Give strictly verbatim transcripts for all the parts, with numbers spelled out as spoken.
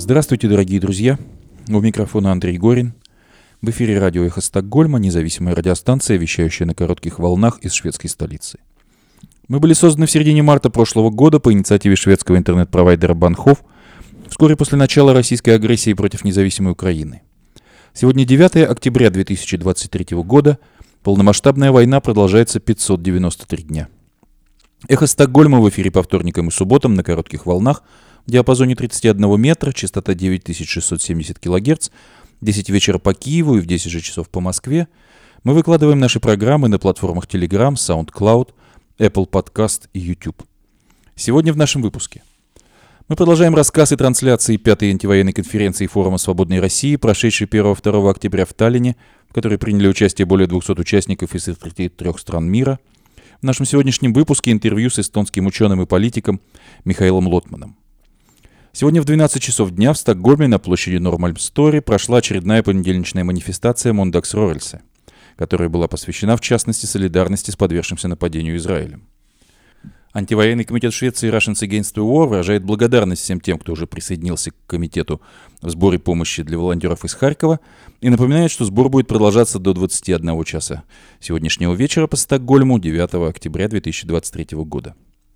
Здравствуйте, дорогие друзья. У микрофона Андрей Горин. В эфире радио «Эхо Стокгольма», независимая радиостанция, вещающая на коротких волнах из шведской столицы. Мы были созданы в середине марта прошлого года по инициативе шведского интернет-провайдера Банхоф, вскоре после начала российской агрессии против независимой Украины. Сегодня девятое октября две тысячи двадцать третьего года. Полномасштабная война продолжается пятьсот девяносто три дня. «Эхо Стокгольма» в эфире по вторникам и субботам на коротких волнах в диапазоне тридцать один метр, частота девять тысяч шестьсот семьдесят килогерц, десять вечера по Киеву и в десять же часов по Москве. Мы выкладываем наши программы на платформах Telegram, SoundCloud, Apple Podcast и YouTube. Сегодня в нашем выпуске мы продолжаем рассказ и трансляции пятой антивоенной конференции Форума Свободной России, прошедшей первого-второго октября в Таллине, в которой приняли участие более двухсот участников из тридцати трёх стран мира. В нашем сегодняшнем выпуске интервью с эстонским ученым и политиком Михаилом Лотманом. Сегодня в двенадцать часов дня в Стокгольме на площади Нормальмстори прошла очередная понедельничная манифестация Måndagsrörelse, которая была посвящена, в частности, солидарности с подвергшимся нападению Израилем. Антивоенный комитет Швеции Russians Against the War выражает благодарность всем тем, кто уже присоединился к комитету в сборе помощи для волонтеров из Харькова, и напоминает, что сбор будет продолжаться до двадцати одного часа сегодняшнего вечера по Стокгольму девятого октября две тысячи двадцать третьего года.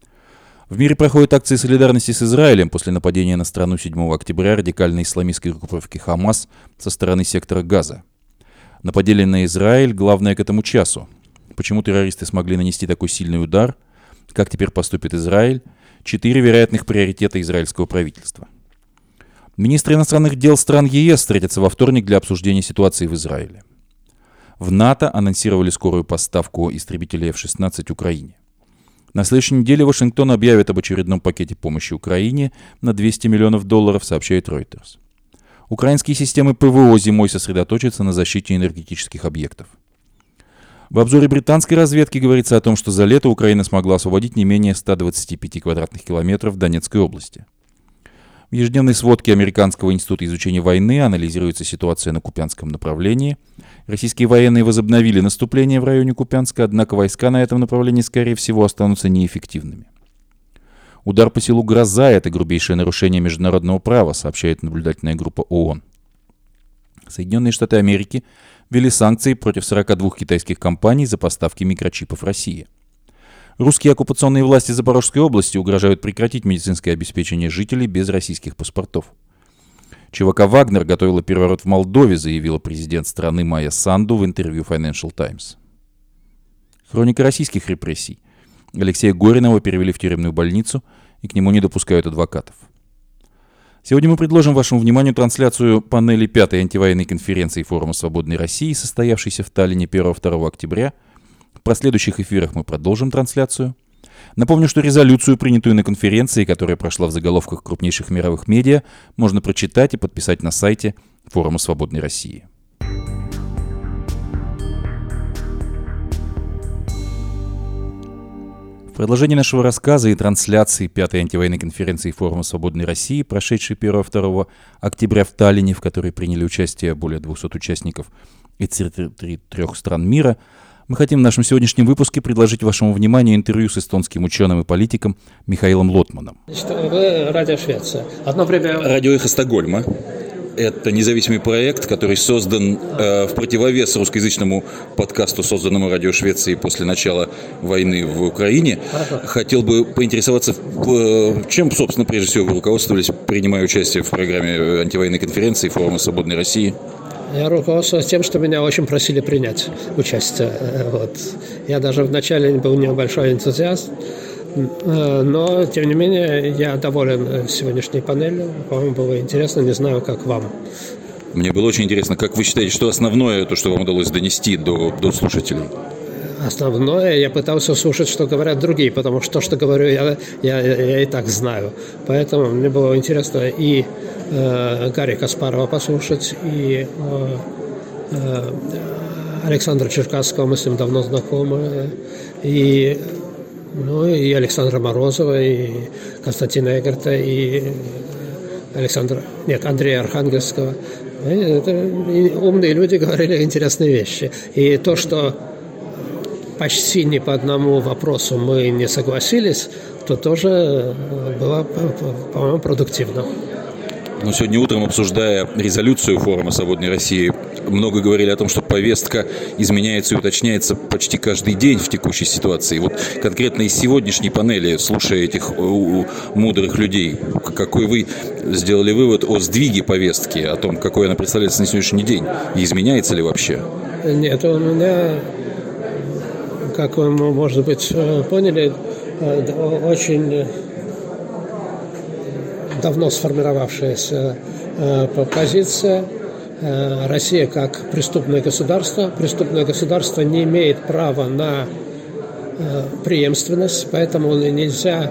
В мире проходят акции солидарности с Израилем после нападения на страну седьмого октября радикальной исламистской группировки Хамас со стороны сектора Газа. Нападение на Израиль – главное к этому часу. Почему террористы смогли нанести такой сильный удар? Как теперь поступит Израиль? Четыре вероятных приоритета израильского правительства. Министры иностранных дел стран ЕС встретятся во вторник для обсуждения ситуации в Израиле. В НАТО анонсировали скорую поставку истребителей эф шестнадцать Украине. На следующей неделе Вашингтон объявит об очередном пакете помощи Украине на двести миллионов долларов, сообщает Reuters. Украинские системы ПВО зимой сосредоточатся на защите энергетических объектов. В обзоре британской разведки говорится о том, что за лето Украина смогла освободить не менее ста двадцати пяти квадратных километров Донецкой области. В ежедневной сводке Американского института изучения войны анализируется ситуация на Купянском направлении. Российские военные возобновили наступление в районе Купянска, однако войска на этом направлении, скорее всего, останутся неэффективными. Удар по селу Гроза – это грубейшее нарушение международного права, сообщает наблюдательная группа ООН. Соединенные Штаты Америки ввели санкции против сорока двух китайских компаний за поставки микрочипов России. Русские оккупационные власти Запорожской области угрожают прекратить медицинское обеспечение жителей без российских паспортов. ЧВК «Вагнер» готовила переворот в Молдове, заявила президент страны Майя Санду в интервью Financial Times. Хроника российских репрессий. Алексея Горинова перевели в тюремную больницу, и к нему не допускают адвокатов. Сегодня мы предложим вашему вниманию трансляцию панели пятой антивоенной конференции Форума Свободной России, состоявшейся в Таллине первого-второго октября. В последующих эфирах мы продолжим трансляцию. Напомню, что резолюцию, принятую на конференции, которая прошла в заголовках крупнейших мировых медиа, можно прочитать и подписать на сайте Форума Свободной России. В продолжении нашего рассказа и трансляции пятой антивоенной конференции Форума Свободной России, прошедшей первого-второго октября в Таллине, в которой приняли участие более двухсот участников из тридцати трёх стран мира, мы хотим в нашем сегодняшнем выпуске предложить вашему вниманию интервью с эстонским ученым и политиком Михаилом Лотманом. Вы радио Швеция. Одно время... Радио «Эхо Стокгольма». Это независимый проект, который создан э, в противовес русскоязычному подкасту, созданному радио Швеции после начала войны в Украине. Хорошо. Хотел бы поинтересоваться, э, чем, собственно, прежде всего вы руководствовались, принимая участие в программе антивоенной конференции Форума Свободной России? Я руководствовался тем, что меня очень просили принять участие. Вот. Я даже вначале был небольшой энтузиаст, но, тем не менее, я доволен сегодняшней панелью. По-моему, было интересно, не знаю, как вам. Мне было очень интересно, как вы считаете, что основное, то, что вам удалось донести до, до слушателей? Основное, я пытался слушать, что говорят другие, потому что то, что говорю, я, я, я и так знаю. Поэтому мне было интересно и э, Гарри Каспарова послушать, и э, э, Александра Черкасского, мы с ним давно знакомы, и, ну, и Александра Морозова, и Константина Эгерта, и Александра, нет, Андрея Архангельского. Это, умные люди говорили интересные вещи. И то, что почти ни по одному вопросу мы не согласились, то тоже было, по-моему, продуктивно. Но сегодня утром, обсуждая резолюцию форума «Свободной России», много говорили о том, что повестка изменяется и уточняется почти каждый день в текущей ситуации. Вот конкретно из сегодняшней панели, слушая этих мудрых людей, какой вы сделали вывод о сдвиге повестки, о том, какой она представляется на сегодняшний день, и изменяется ли вообще? Нет, у меня, как вы, может быть, поняли, очень давно сформировавшаяся позиция. Россия как преступное государство. Преступное государство не имеет права на преемственность, поэтому нельзя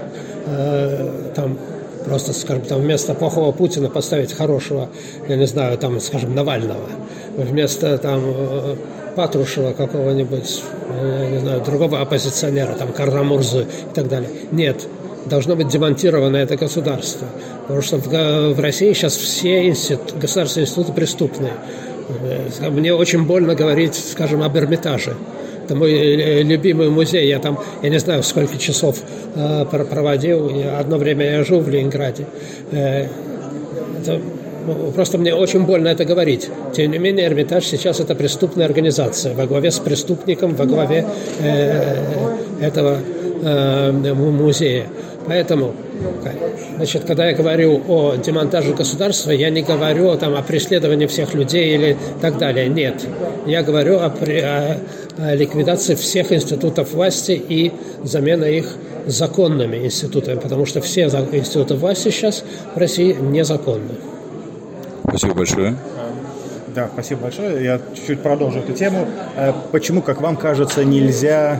там просто, скажем, там вместо плохого Путина поставить хорошего, я не знаю, там, скажем, Навального, вместо там Патрушева какого-нибудь, я не знаю, другого оппозиционера, там Кара-Мурзы и так далее. Нет. Должно быть демонтировано это государство. Потому что в, в России сейчас все институт, государственные институты преступные. Мне очень больно говорить, скажем, об Эрмитаже. Это мой любимый музей. Я там, я не знаю, сколько часов э, проводил. Одно время я жил в Ленинграде. Э, это, ну, просто мне очень больно это говорить. Тем не менее, Эрмитаж сейчас это преступная организация. Во главе с преступником, во главе э, этого э, музея. Поэтому, значит, когда я говорю о демонтаже государства, я не говорю там, о преследовании всех людей или так далее. Нет. Я говорю о, о, о ликвидации всех институтов власти и замене их законными институтами, потому что все институты власти сейчас в России незаконны. Спасибо большое. Да, спасибо большое. Я чуть-чуть продолжу эту тему. Почему, как вам кажется, нельзя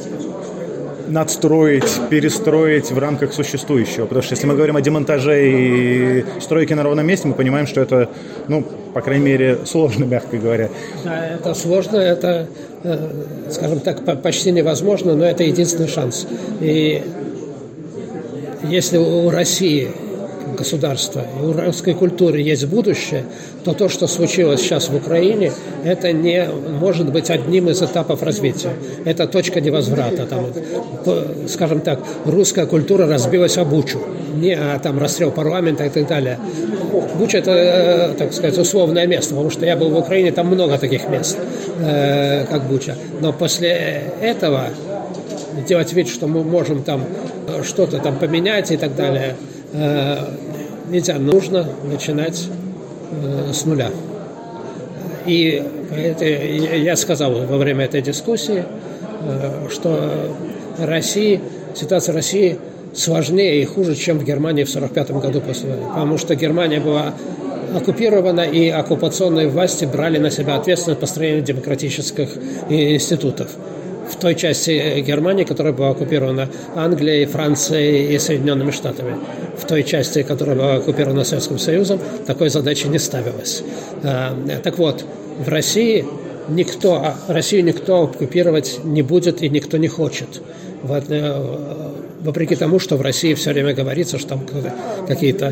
надстроить, перестроить в рамках существующего? Потому что если мы говорим о демонтаже и стройке на ровном месте, мы понимаем, что это, ну, по крайней мере, сложно, мягко говоря. Да, это сложно, это, скажем так, почти невозможно, но это единственный шанс. И если у России государства и у русской культуры есть будущее, то то, что случилось сейчас в Украине, это не может быть одним из этапов развития. Это точка невозврата. Там, скажем так, русская культура разбилась о Бучу, не о там, расстрел парламента и так далее. Буча – это, так сказать, условное место, потому что я был в Украине, там много таких мест, э, как Буча. Но после этого делать вид, что мы можем там что-то там поменять и так далее, нельзя, нужно начинать э, с нуля. И это, я сказал во время этой дискуссии, э, что Россия, ситуация России сложнее и хуже, чем в Германии в сорок пятом году после войны. Потому что Германия была оккупирована, и оккупационные власти брали на себя ответственность по построению демократических институтов. В той части Германии, которая была оккупирована Англией, Францией и Соединенными Штатами. В той части, которая была оккупирована Советским Союзом, такой задачи не ставилось. Так вот, в России никто, Россию никто оккупировать не будет и никто не хочет. Вопреки тому, что в России все время говорится, что там какие-то,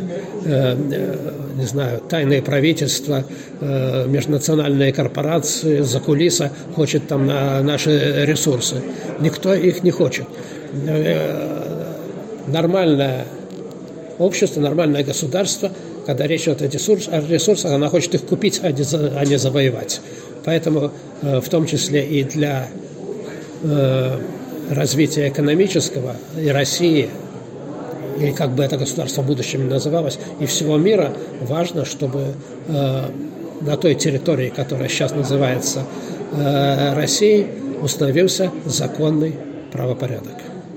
не знаю, тайные правительства, межнациональные корпорации, закулиса хочет там на наши ресурсы. Никто их не хочет. Нормальное общество, нормальное государство, когда речь идет о ресурсах, она хочет их купить, а не завоевать. Поэтому в том числе и для развития экономического и России, или как бы это государство в будущем ни называлось, и всего мира, важно, чтобы э, на той территории, которая сейчас называется э, Россией, установился законный правопорядок.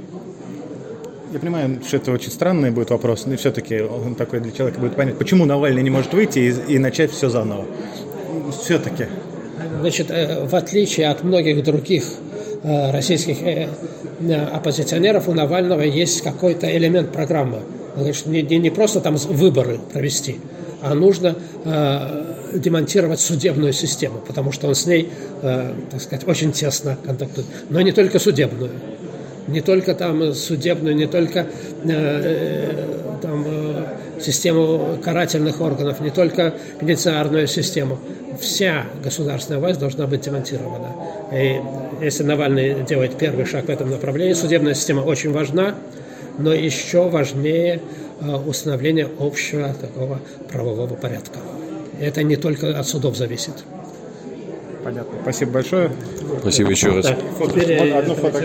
Я понимаю, что это очень странный будет вопрос, но все-таки он такой для человека будет понять, почему Навальный не может выйти и, и начать все заново. Все-таки. Значит, э, в отличие от многих других российских оппозиционеров, у Навального есть какой-то элемент программы. Значит, не, не просто там выборы провести, а нужно э, демонтировать судебную систему, потому что он с ней, э, так сказать, очень тесно контактует. Но не только судебную. Не только там судебную, не только э, там, э, систему карательных органов, не только пенитенциарную систему. Вся государственная власть должна быть демонтирована. И если Навальный делает первый шаг в этом направлении, судебная система очень важна, но еще важнее установления общего такого правового порядка. Это не только от судов зависит. Понятно. Спасибо большое. Спасибо еще раз. Так, Фото. теперь, Одну фото.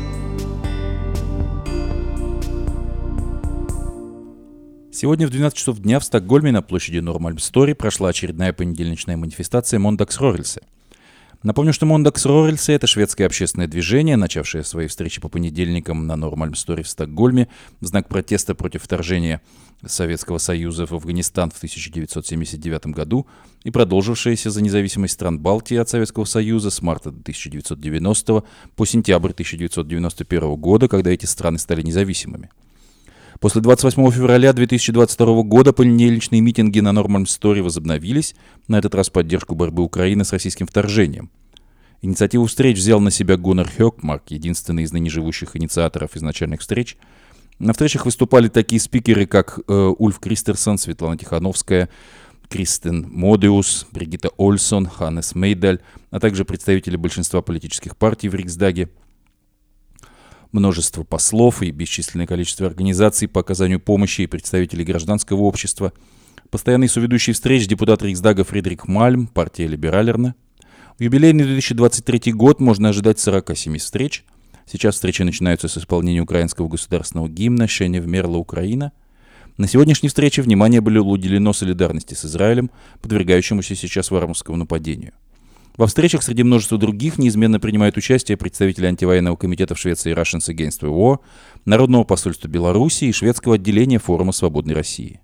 Сегодня в двенадцать часов дня в Стокгольме на площади Нормальмстори прошла очередная понедельничная манифестация Måndagsrörelse. Напомню, что Måndagsrörelse — это шведское общественное движение, начавшее свои встречи по понедельникам на Нормальмстори в Стокгольме в знак протеста против вторжения Советского Союза в Афганистан в тысяча девятьсот семьдесят девятом году и продолжившееся за независимость стран Балтии от Советского Союза с марта тысяча девятьсот девяностого по сентябрь тысяча девятьсот девяносто первого года, когда эти страны стали независимыми. После двадцать восьмого февраля две тысячи двадцать второго года понедельничные митинги на Нормальмстори возобновились, на этот раз в поддержку борьбы Украины с российским вторжением. Инициативу встреч взял на себя Гуннар Хёкмарк, единственный из ныне живущих инициаторов изначальных встреч. На встречах выступали такие спикеры, как э, Ульф Кристерсон, Светлана Тихановская, Кристен Модеус, Бригитта Ольсон, Ханнес Мейдаль, а также представители большинства политических партий в Риксдаге. Множество послов и бесчисленное количество организаций по оказанию помощи и представителей гражданского общества. Постоянный соведущий встреч депутат Риксдага Фридрих Мальм, партия Либералерна. В юбилейный две тысячи двадцать третий год можно ожидать сорок семь встреч. Сейчас встречи начинаются с исполнения украинского государственного гимна «Ще не вмерла Украина». На сегодняшней встрече внимание было уделено солидарности с Израилем, подвергающемуся сейчас варварскому нападению. Во встречах среди множества других неизменно принимают участие представители антивоенного комитета в Швеции Russians Against the War, Народного посольства Беларуси и шведского отделения Форума Свободной России.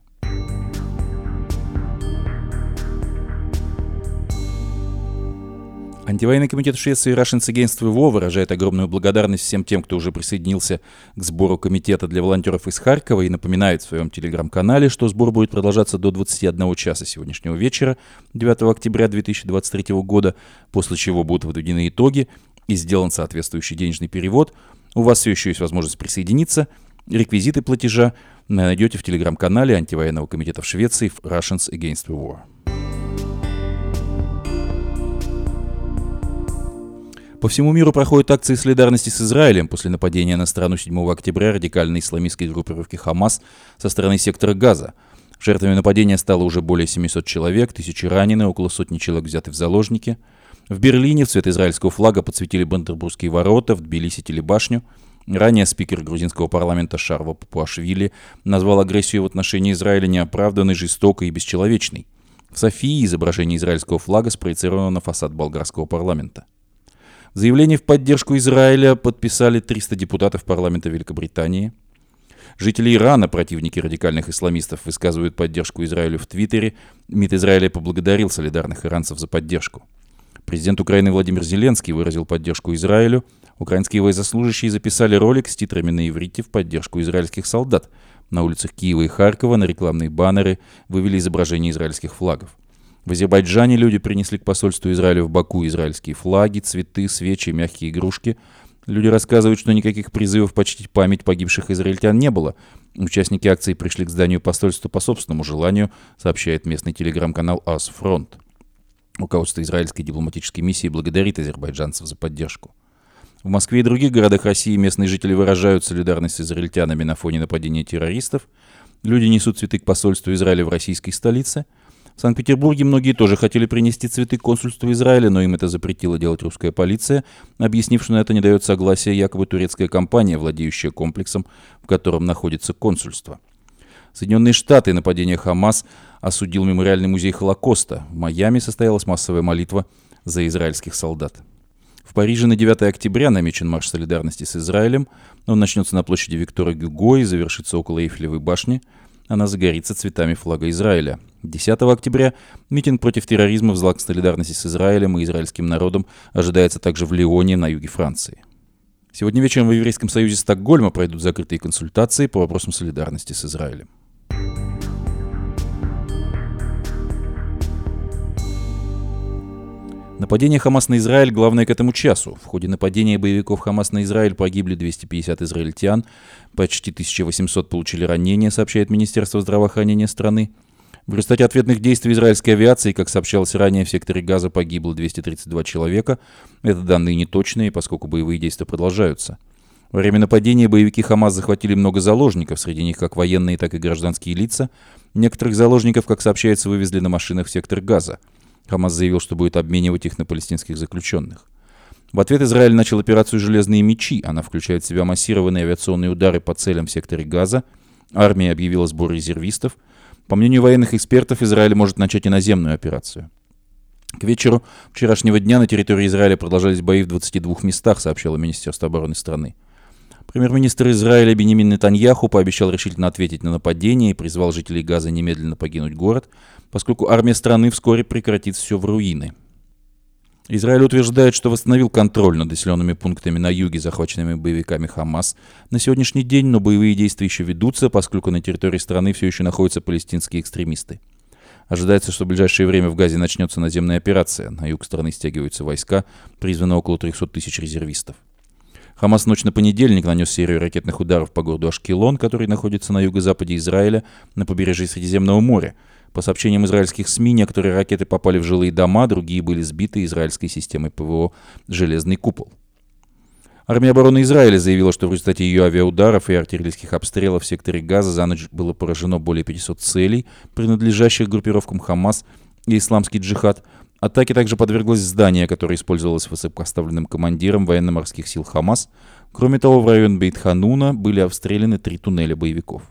Антивоенный комитет в Швеции Russians Against the War выражает огромную благодарность всем тем, кто уже присоединился к сбору комитета для волонтеров из Харькова, и напоминает в своем телеграм-канале, что сбор будет продолжаться до двадцати одного часа сегодняшнего вечера, девятого октября две тысячи двадцать третьего года, после чего будут подведены итоги и сделан соответствующий денежный перевод. У вас все еще есть возможность присоединиться. Реквизиты платежа найдете в телеграм-канале антивоенного комитета в Швеции в Russians Against the War. По всему миру проходят акции солидарности с Израилем после нападения на страну седьмого октября радикальной исламистской группировки «Хамас» со стороны сектора Газа. Жертвами нападения стало уже более семисот человек, тысячи ранены, около сотни человек взяты в заложники. В Берлине в цвет израильского флага подсветили Бранденбургские ворота, в Тбилиси телебашню. Ранее спикер грузинского парламента Шарва Папуашвили назвал агрессию в отношении Израиля неоправданной, жестокой и бесчеловечной. В Софии изображение израильского флага спроецировано на фасад болгарского парламента. Заявление в поддержку Израиля подписали триста депутатов парламента Великобритании. Жители Ирана, противники радикальных исламистов, высказывают поддержку Израилю в Твиттере. МИД Израиля поблагодарил солидарных иранцев за поддержку. Президент Украины Владимир Зеленский выразил поддержку Израилю. Украинские военнослужащие записали ролик с титрами на иврите в поддержку израильских солдат. На улицах Киева и Харькова на рекламные баннеры вывели изображения израильских флагов. В Азербайджане люди принесли к посольству Израиля в Баку израильские флаги, цветы, свечи, мягкие игрушки. Люди рассказывают, что никаких призывов почтить память погибших израильтян не было. Участники акции пришли к зданию посольства по собственному желанию, сообщает местный телеграм-канал Асфронт. Руководство израильской дипломатической миссии благодарит азербайджанцев за поддержку. В Москве и других городах России местные жители выражают солидарность с израильтянами на фоне нападения террористов. Люди несут цветы к посольству Израиля в российской столице. В Санкт-Петербурге многие тоже хотели принести цветы к консульству Израиля, но им это запретила делать русская полиция, объяснив, что на это не дает согласия якобы турецкая компания, владеющая комплексом, в котором находится консульство. Соединенные Штаты нападение Хамас осудил мемориальный музей Холокоста. В Майами состоялась массовая молитва за израильских солдат. В Париже на девятого октября намечен марш солидарности с Израилем. Он начнется на площади Виктора Гюго и завершится около Эйфелевой башни. Она загорится цветами флага Израиля. десятого октября митинг против терроризма в знак солидарности с Израилем и израильским народом ожидается также в Лионе на юге Франции. Сегодня вечером в Еврейском союзе Стокгольма пройдут закрытые консультации по вопросам солидарности с Израилем. Нападение Хамас на Израиль главное к этому часу. В ходе нападения боевиков Хамас на Израиль погибли двести пятьдесят израильтян, почти тысяча восемьсот получили ранения, сообщает Министерство здравоохранения страны. В результате ответных действий израильской авиации, как сообщалось ранее, в секторе Газа погибло двести тридцать два человека. Это данные неточные, поскольку боевые действия продолжаются. Во время нападения боевики Хамас захватили много заложников, среди них как военные, так и гражданские лица. Некоторых заложников, как сообщается, вывезли на машинах в сектор Газа. Хамас заявил, что будет обменивать их на палестинских заключенных. В ответ Израиль начал операцию «Железные мечи». Она включает в себя массированные авиационные удары по целям в секторе Газа. Армия объявила сбор резервистов. По мнению военных экспертов, Израиль может начать и наземную операцию. К вечеру вчерашнего дня на территории Израиля продолжались бои в двадцати двух местах, сообщало Министерство обороны страны. Премьер-министр Израиля Биньямин Нетаньяху пообещал решительно ответить на нападение и призвал жителей Газа немедленно покинуть город, поскольку армия страны вскоре прекратит все в руины. Израиль утверждает, что восстановил контроль над населенными пунктами на юге, захваченными боевиками Хамас на сегодняшний день, но боевые действия еще ведутся, поскольку на территории страны все еще находятся палестинские экстремисты. Ожидается, что в ближайшее время в Газе начнется наземная операция. На юг страны стягиваются войска, призвано около трехсот тысяч резервистов. Хамас в ночь на понедельник нанес серию ракетных ударов по городу Ашкелон, который находится на юго-западе Израиля, на побережье Средиземного моря. По сообщениям израильских СМИ, некоторые ракеты попали в жилые дома, другие были сбиты израильской системой ПВО «Железный купол». Армия обороны Израиля заявила, что в результате ее авиаударов и артиллерийских обстрелов в секторе Газа за ночь было поражено более пятисот целей, принадлежащих группировкам Хамас и Исламский джихад. Атаке также подверглось здание, которое использовалось высокопоставленным командиром военно-морских сил Хамас. Кроме того, в район Бейт-Хануна были обстреляны три туннеля боевиков.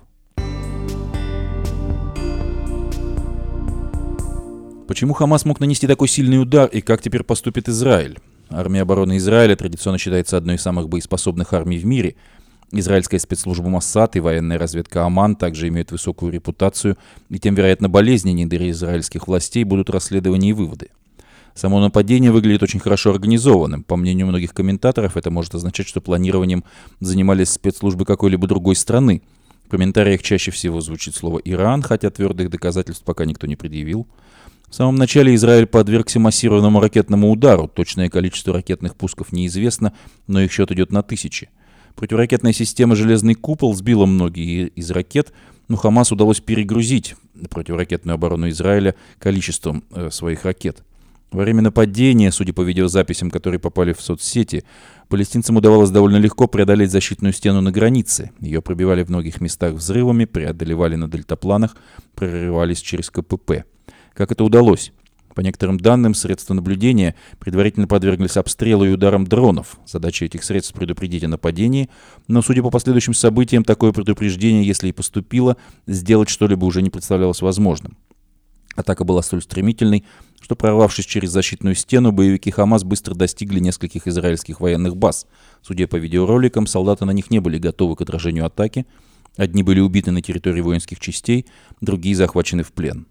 Почему Хамас мог нанести такой сильный удар и как теперь поступит Израиль? Армия обороны Израиля традиционно считается одной из самых боеспособных армий в мире. Израильская спецслужба Моссад и военная разведка Аман также имеют высокую репутацию, и тем, вероятно, болезненнее для израильских властей будут расследования и выводы. Само нападение выглядит очень хорошо организованным. По мнению многих комментаторов, это может означать, что планированием занимались спецслужбы какой-либо другой страны. В комментариях чаще всего звучит слово «Иран», хотя твердых доказательств пока никто не предъявил. В самом начале Израиль подвергся массированному ракетному удару. Точное количество ракетных пусков неизвестно, но их счет идет на тысячи. Противоракетная система «Железный купол» сбила многие из ракет, но Хамас удалось перегрузить противоракетную оборону Израиля количеством э, своих ракет. Во время нападения, судя по видеозаписям, которые попали в соцсети, палестинцам удавалось довольно легко преодолеть защитную стену на границе. Ее пробивали в многих местах взрывами, преодолевали на дельтапланах, прорывались через КПП. Как это удалось? По некоторым данным, средства наблюдения предварительно подверглись обстрелу и ударам дронов. Задача этих средств предупредить о нападении, но, судя по последующим событиям, такое предупреждение, если и поступило, сделать что-либо уже не представлялось возможным. Атака была столь стремительной, что, прорвавшись через защитную стену, боевики Хамас быстро достигли нескольких израильских военных баз. Судя по видеороликам, солдаты на них не были готовы к отражению атаки. Одни были убиты на территории воинских частей, другие захвачены в плен.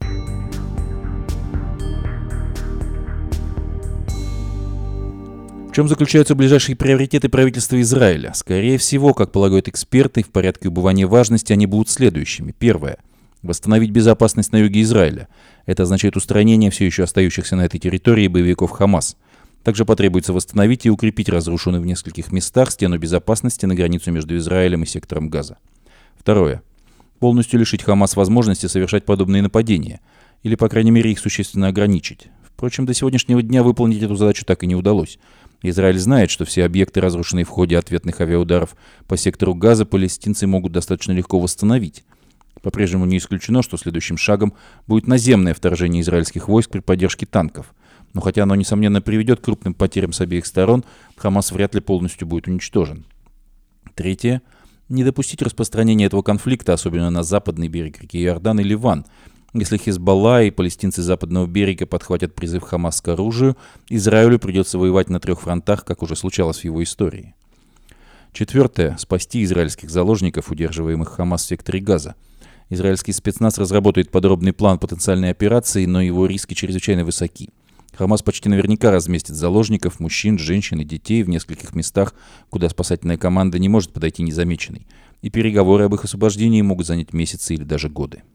В чем заключаются ближайшие приоритеты правительства Израиля? Скорее всего, как полагают эксперты, в порядке убывания важности они будут следующими. Первое. Восстановить безопасность на юге Израиля. Это означает устранение все еще остающихся на этой территории боевиков Хамас. Также потребуется восстановить и укрепить разрушенную в нескольких местах стену безопасности на границу между Израилем и сектором Газа. Второе. Полностью лишить Хамас возможности совершать подобные нападения. Или, по крайней мере, их существенно ограничить. Впрочем, до сегодняшнего дня выполнить эту задачу так и не удалось. Израиль знает, что все объекты, разрушенные в ходе ответных авиаударов по сектору Газа, палестинцы могут достаточно легко восстановить. По-прежнему не исключено, что следующим шагом будет наземное вторжение израильских войск при поддержке танков. Но хотя оно, несомненно, приведет к крупным потерям с обеих сторон, Хамас вряд ли полностью будет уничтожен. Третье. Не допустить распространения этого конфликта, особенно на западный берег реки Иордан и Ливан. Если Хизбалла и палестинцы западного берега подхватят призыв Хамас к оружию, Израилю придется воевать на трех фронтах, как уже случалось в его истории. Четвертое. Спасти израильских заложников, удерживаемых Хамас в секторе Газа. Израильский спецназ разработает подробный план потенциальной операции, но его риски чрезвычайно высоки. Хамас почти наверняка разместит заложников, мужчин, женщин и детей в нескольких местах, куда спасательная команда не может подойти незамеченной, и переговоры об их освобождении могут занять месяцы или даже годы.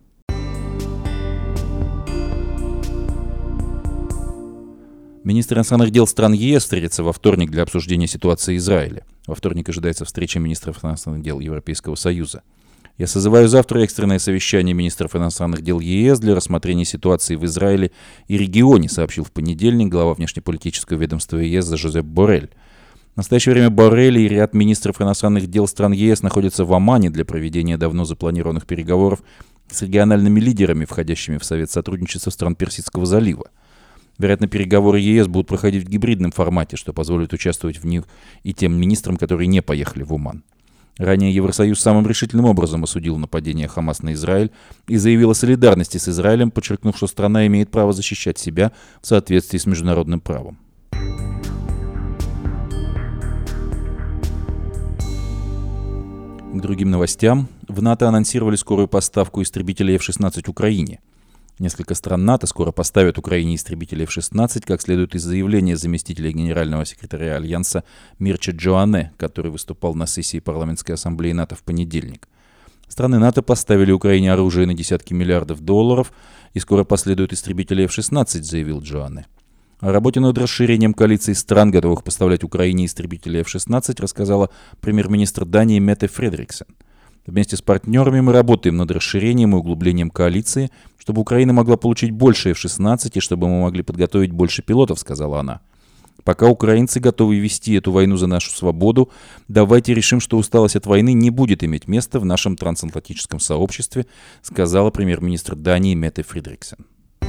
Министр иностранных дел стран ЕС встретится во вторник для обсуждения ситуации Израиля. Во вторник ожидается встреча министров иностранных дел Европейского Союза. Я созываю завтра экстренное совещание министров иностранных дел ЕС для рассмотрения ситуации в Израиле и регионе, сообщил в понедельник глава внешнеполитического ведомства ЕС Жозеп Боррель. В настоящее время Боррелл и ряд министров иностранных дел стран ЕС находятся в Омане для проведения давно запланированных переговоров с региональными лидерами, входящими в Совет сотрудничества стран Персидского залива. Вероятно, переговоры ЕС будут проходить в гибридном формате, что позволит участвовать в них и тем министрам, которые не поехали в Оман. Ранее Евросоюз самым решительным образом осудил нападение Хамас на Израиль и заявил о солидарности с Израилем, подчеркнув, что страна имеет право защищать себя в соответствии с международным правом. К другим новостям. В НАТО анонсировали скорую поставку истребителей эф шестнадцать Украине. Несколько стран НАТО скоро поставят Украине истребители эф шестнадцать, как следует из заявления заместителя генерального секретаря Альянса Мирча Джоане, который выступал на сессии парламентской ассамблеи НАТО в понедельник. Страны НАТО поставили Украине оружие на десятки миллиардов долларов, и скоро последуют истребители эф шестнадцать, заявил Джоане. О работе над расширением коалиции стран, готовых поставлять Украине истребители эф шестнадцать, рассказала премьер-министр Дании Метте Фредериксен. Вместе с партнерами мы работаем над расширением и углублением коалиции, чтобы Украина могла получить больше эф шестнадцать и чтобы мы могли подготовить больше пилотов, сказала она. Пока украинцы готовы вести эту войну за нашу свободу, давайте решим, что усталость от войны не будет иметь места в нашем трансатлантическом сообществе, сказала премьер-министр Дании Метте Фредериксен.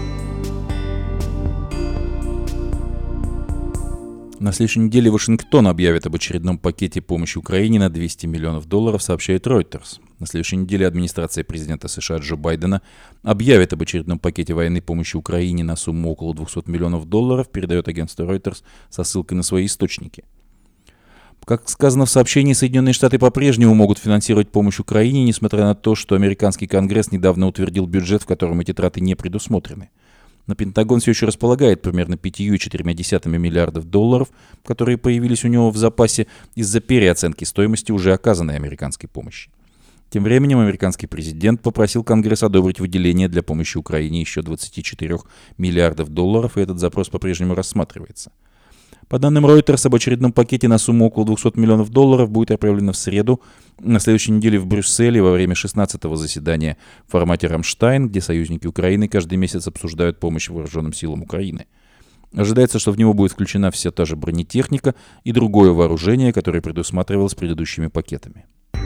На следующей неделе Вашингтон объявит об очередном пакете помощи Украине на двести миллионов долларов, сообщает Reuters. На следующей неделе администрация президента США Джо Байдена объявит об очередном пакете военной помощи Украине на сумму около двухсот миллионов долларов, передает агентство Reuters со ссылкой на свои источники. Как сказано в сообщении, Соединенные Штаты по-прежнему могут финансировать помощь Украине, несмотря на то, что американский Конгресс недавно утвердил бюджет, в котором эти траты не предусмотрены. Но Пентагон все еще располагает примерно пять целых четыре десятых миллиардов долларов, которые появились у него в запасе из-за переоценки стоимости уже оказанной американской помощи. Тем временем американский президент попросил Конгресс одобрить выделение для помощи Украине еще двадцати четырёх миллиардов долларов, и этот запрос по-прежнему рассматривается. По данным Reuters, об очередном пакете на сумму около двухсот миллионов долларов будет отправлено в среду, на следующей неделе в Брюсселе во время шестнадцатого заседания в формате «Рамштайн», где союзники Украины каждый месяц обсуждают помощь вооруженным силам Украины. Ожидается, что в него будет включена вся та же бронетехника и другое вооружение, которое предусматривалось предыдущими пакетами.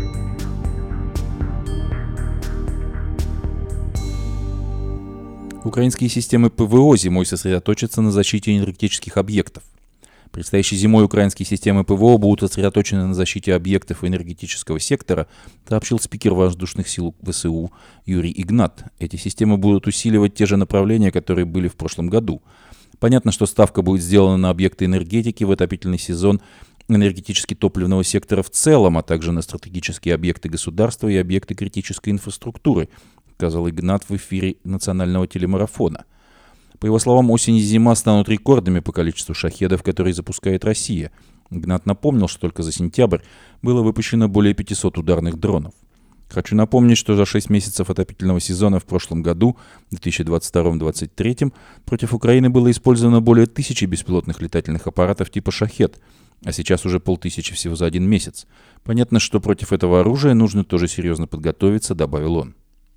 Украинские системы ПВО зимой сосредоточатся на защите энергетических объектов. Предстоящей зимой украинские системы ПВО будут сосредоточены на защите объектов энергетического сектора, сообщил спикер воздушных сил ВСУ Юрий Игнат. Эти системы будут усиливать те же направления, которые были в прошлом году. Понятно, что ставка будет сделана на объекты энергетики в отопительный сезон, энергетически топливного сектора в целом, а также на стратегические объекты государства и объекты критической инфраструктуры, сказал Игнат в эфире национального телемарафона. По его словам, осень и зима станут рекордами по количеству шахедов, которые запускает Россия. Игнат напомнил, что только за сентябрь было выпущено более пятисот ударных дронов. Хочу напомнить, что за шесть месяцев отопительного сезона в прошлом году, две тысячи двадцать втором — две тысячи двадцать третьем, против Украины было использовано более тысячи беспилотных летательных аппаратов типа «Шахед», а сейчас уже полтысячи всего за один месяц. Понятно, что против этого оружия нужно тоже серьезно подготовиться, добавил он.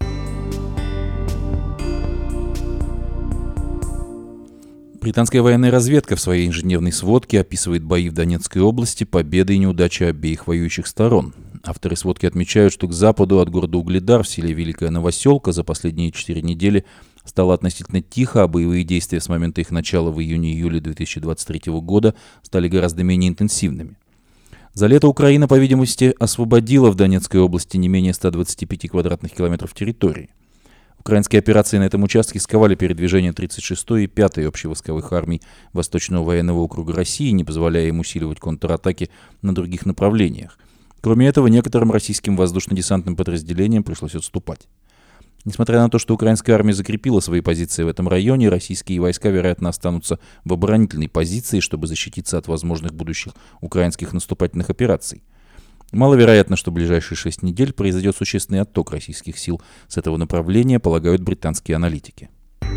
Британская военная разведка в своей ежедневной сводке описывает бои в Донецкой области, победы и неудачи обеих воюющих сторон. Авторы сводки отмечают, что к западу от города Угледар в селе Великая Новоселка за последние четыре недели стало относительно тихо, а боевые действия с момента их начала в июне-июле две тысячи двадцать третьего года стали гораздо менее интенсивными. За лето Украина, по видимости, освободила в Донецкой области не менее ста двадцати пяти квадратных километров территории. Украинские операции на этом участке сковали передвижение тридцать шестой и пятой общевойсковых армий Восточного военного округа России, не позволяя им усиливать контратаки на других направлениях. Кроме этого, некоторым российским воздушно-десантным подразделениям пришлось отступать. Несмотря на то, что украинская армия закрепила свои позиции в этом районе, российские войска, вероятно, останутся в оборонительной позиции, чтобы защититься от возможных будущих украинских наступательных операций. Маловероятно, что в ближайшие шесть недель произойдет существенный отток российских сил с этого направления, полагают британские аналитики.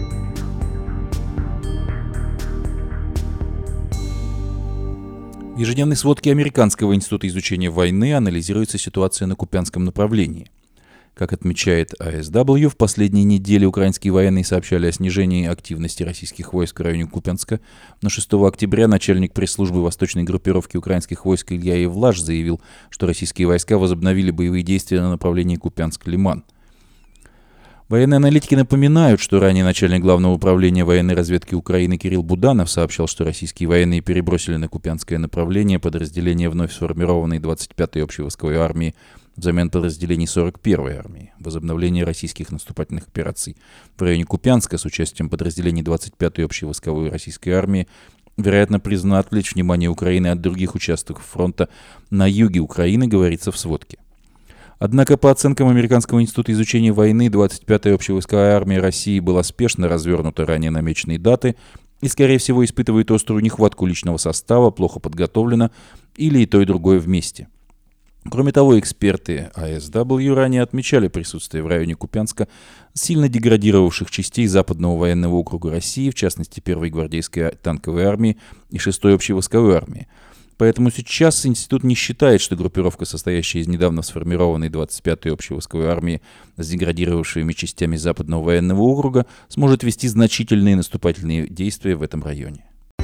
В ежедневной сводке Американского института изучения войны анализируется ситуация на Купянском направлении. Как отмечает эй эс дабл ю, в последние недели украинские военные сообщали о снижении активности российских войск в районе Купянска. Но шестого октября начальник пресс-службы восточной группировки украинских войск Илья Евлаш заявил, что российские войска возобновили боевые действия на направлении Купянск-Лиман. Военные аналитики напоминают, что ранее начальник Главного управления военной разведки Украины Кирилл Буданов сообщал, что российские военные перебросили на Купянское направление подразделения вновь сформированной двадцать пятой общевойсковой армии взамен подразделений сорок первой армии. Возобновление российских наступательных операций в районе Купянска с участием подразделений двадцать пятой общевойсковой российской армии, вероятно, призвано отвлечь внимание Украины от других участков фронта на юге Украины, говорится в сводке. Однако, по оценкам Американского института изучения войны, двадцать пятая общевойсковая армия России была спешно развернута ранее намеченной даты и, скорее всего, испытывает острую нехватку личного состава, плохо подготовлена или и то, и другое вместе. Кроме того, эксперты эй эс дабл ю ранее отмечали присутствие в районе Купянска сильно деградировавших частей Западного военного округа России, в частности, первой гвардейской танковой армии и шестой общевойсковой армии. Поэтому сейчас институт не считает, что группировка, состоящая из недавно сформированной двадцать пятой общевойсковой армии с деградировавшими частями Западного военного округа, сможет вести значительные наступательные действия в этом районе.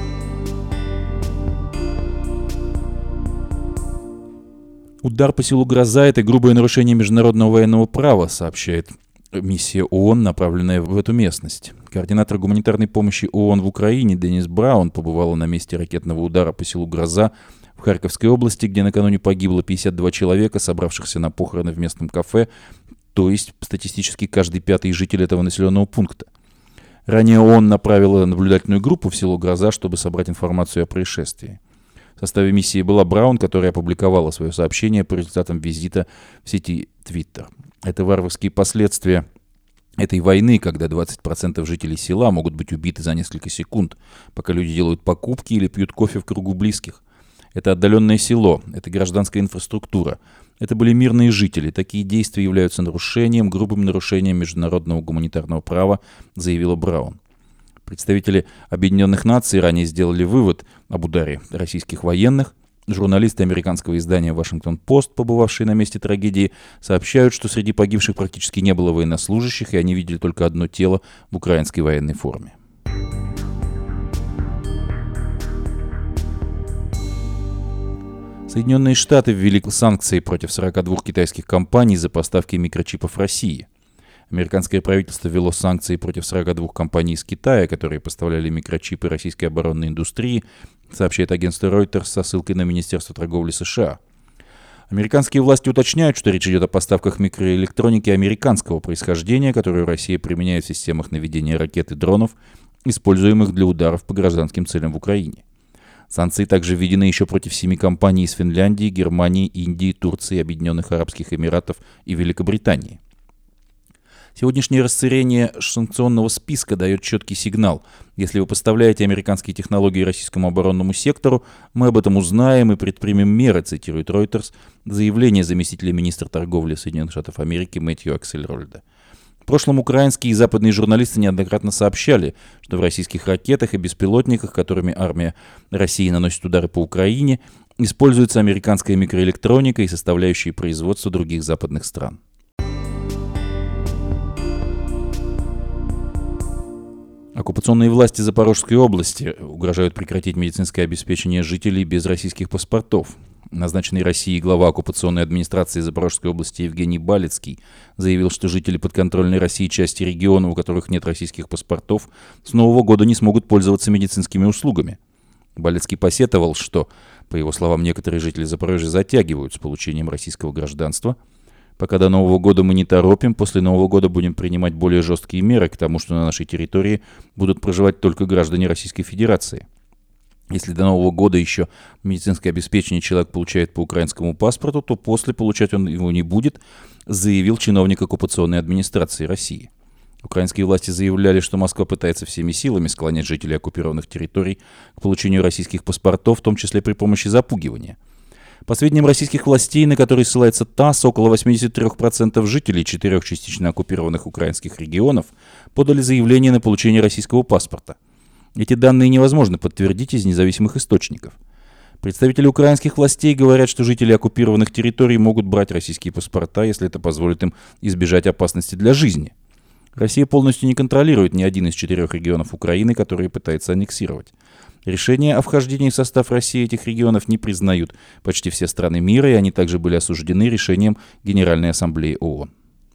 Удар по селу Гроза – это грубое нарушение международного военного права, сообщает миссия ООН, направленная в эту местность. Координатор гуманитарной помощи ООН в Украине Денис Браун побывала на месте ракетного удара по селу Гроза в Харьковской области, где накануне погибло пятьдесят два человека, собравшихся на похороны в местном кафе, то есть статистически каждый пятый житель этого населенного пункта. Ранее ООН направила наблюдательную группу в село Гроза, чтобы собрать информацию о происшествии. В составе миссии была Браун, которая опубликовала свое сообщение по результатам визита в сети Twitter. Это варварские последствия этой войны, когда двадцать процентов жителей села могут быть убиты за несколько секунд, пока люди делают покупки или пьют кофе в кругу близких. Это отдаленное село, это гражданская инфраструктура. Это были мирные жители. Такие действия являются нарушением, грубым нарушением международного гуманитарного права, заявила Браун. Представители Объединенных Наций ранее сделали вывод об ударе российских военных. Журналисты американского издания «Вашингтон-Пост», побывавшие на месте трагедии, сообщают, что среди погибших практически не было военнослужащих, и они видели только одно тело в украинской военной форме. Соединенные Штаты ввели санкции против сорока двух китайских компаний за поставки микрочипов России. Американское правительство ввело санкции против сорока двух компаний из Китая, которые поставляли микрочипы российской оборонной индустрии, сообщает агентство Reuters со ссылкой на Министерство торговли США. Американские власти уточняют, что речь идет о поставках микроэлектроники американского происхождения, которую Россия применяет в системах наведения ракет и дронов, используемых для ударов по гражданским целям в Украине. Санкции также введены еще против семи компаний из Финляндии, Германии, Индии, Турции, Объединенных Арабских Эмиратов и Великобритании. Сегодняшнее расширение санкционного списка дает четкий сигнал. Если вы поставляете американские технологии российскому оборонному сектору, мы об этом узнаем и предпримем меры, цитирует Reuters, заявление заместителя министра торговли Соединенных Штатов Америки Мэтью Аксельрольда. В прошлом украинские и западные журналисты неоднократно сообщали, что в российских ракетах и беспилотниках, которыми армия России наносит удары по Украине, используется американская микроэлектроника и составляющие производства других западных стран. Оккупационные власти Запорожской области угрожают прекратить медицинское обеспечение жителей без российских паспортов. Назначенный Россией глава оккупационной администрации Запорожской области Евгений Балицкий заявил, что жители подконтрольной России части региона, у которых нет российских паспортов, с Нового года не смогут пользоваться медицинскими услугами. Балицкий посетовал, что, по его словам, некоторые жители Запорожья затягивают с получением российского гражданства. Пока до Нового года мы не торопим, после Нового года будем принимать более жесткие меры к тому, что на нашей территории будут проживать только граждане Российской Федерации. Если до Нового года еще медицинское обеспечение человек получает по украинскому паспорту, то после получать он его не будет, заявил чиновник оккупационной администрации России. Украинские власти заявляли, что Москва пытается всеми силами склонять жителей оккупированных территорий к получению российских паспортов, в том числе при помощи запугивания. По сведениям российских властей, на которые ссылается ТАСС, около восемьдесят три процента жителей четырех частично оккупированных украинских регионов подали заявление на получение российского паспорта. Эти данные невозможно подтвердить из независимых источников. Представители украинских властей говорят, что жители оккупированных территорий могут брать российские паспорта, если это позволит им избежать опасности для жизни. Россия полностью не контролирует ни один из четырех регионов Украины, которые пытается аннексировать. Решение о вхождении в состав России этих регионов не признают почти все страны мира, и они также были осуждены решением Генеральной Ассамблеи ООН.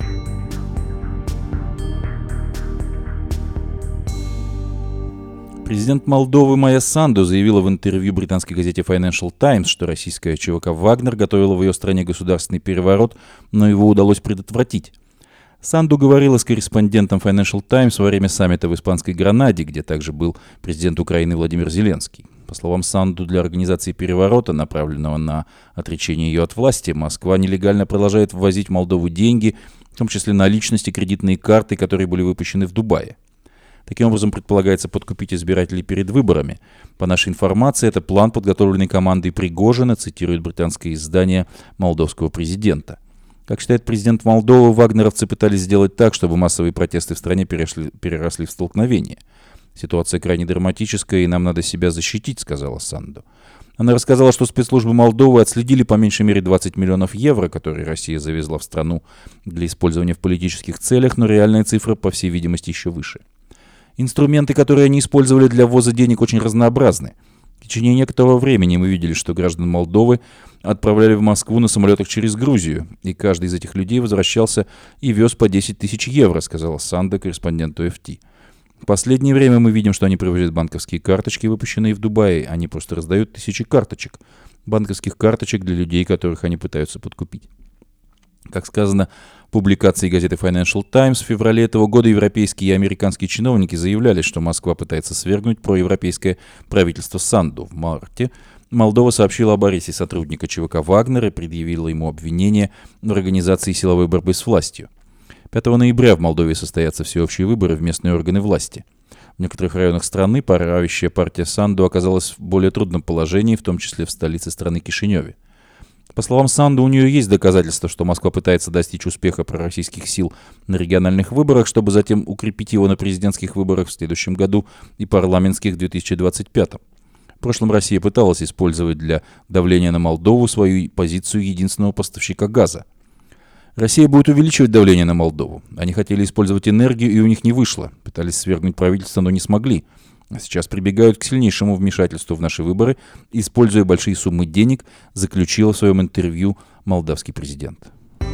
Президент Молдовы Майя Санду заявила в интервью британской газете Financial Times, что российская ЧВК «Вагнер» готовила в ее стране государственный переворот, но его удалось предотвратить. Санду говорила с корреспондентом Financial Times во время саммита в испанской Гранаде, где также был президент Украины Владимир Зеленский. По словам Санду, для организации переворота, направленного на отречение ее от власти, Москва нелегально продолжает ввозить в Молдову деньги, в том числе наличности, кредитные карты, которые были выпущены в Дубае. Таким образом, предполагается подкупить избирателей перед выборами. По нашей информации, это план, подготовленный командой Пригожина, цитирует британское издание молдовского президента. Как считает президент Молдовы, вагнеровцы пытались сделать так, чтобы массовые протесты в стране перешли, переросли в столкновение. «Ситуация крайне драматическая, и нам надо себя защитить», — сказала Санду. Она рассказала, что спецслужбы Молдовы отследили по меньшей мере двадцать миллионов евро, которые Россия завезла в страну для использования в политических целях, но реальная цифра, по всей видимости, еще выше. Инструменты, которые они использовали для ввоза денег, очень разнообразны. В течение некоторого времени мы видели, что граждан Молдовы отправляли в Москву на самолетах через Грузию, и каждый из этих людей возвращался и вез по десять тысяч евро, сказала Санда корреспонденту эф ти. В последнее время мы видим, что они привозят банковские карточки, выпущенные в Дубае. Они просто раздают тысячи карточек, банковских карточек для людей, которых они пытаются подкупить. Как сказано в публикации газеты Financial Times, в феврале этого года европейские и американские чиновники заявляли, что Москва пытается свергнуть проевропейское правительство Санду. В марте Молдова сообщила об аресте сотрудника ЧВК «Вагнер» и предъявила ему обвинение в организации силовой борьбы с властью. пятого ноября в Молдове состоятся всеобщие выборы в местные органы власти. В некоторых районах страны правящая партия Санду оказалась в более трудном положении, в том числе в столице страны Кишиневе. По словам Санду, у нее есть доказательства, что Москва пытается достичь успеха пророссийских сил на региональных выборах, чтобы затем укрепить его на президентских выборах в следующем году и парламентских в две тысячи двадцать пятом. В прошлом Россия пыталась использовать для давления на Молдову свою позицию единственного поставщика газа. Россия будет увеличивать давление на Молдову. Они хотели использовать энергию, и у них не вышло. Пытались свергнуть правительство, но не смогли. А сейчас прибегают к сильнейшему вмешательству в наши выборы, используя большие суммы денег, заключила в своем интервью молдавский президент.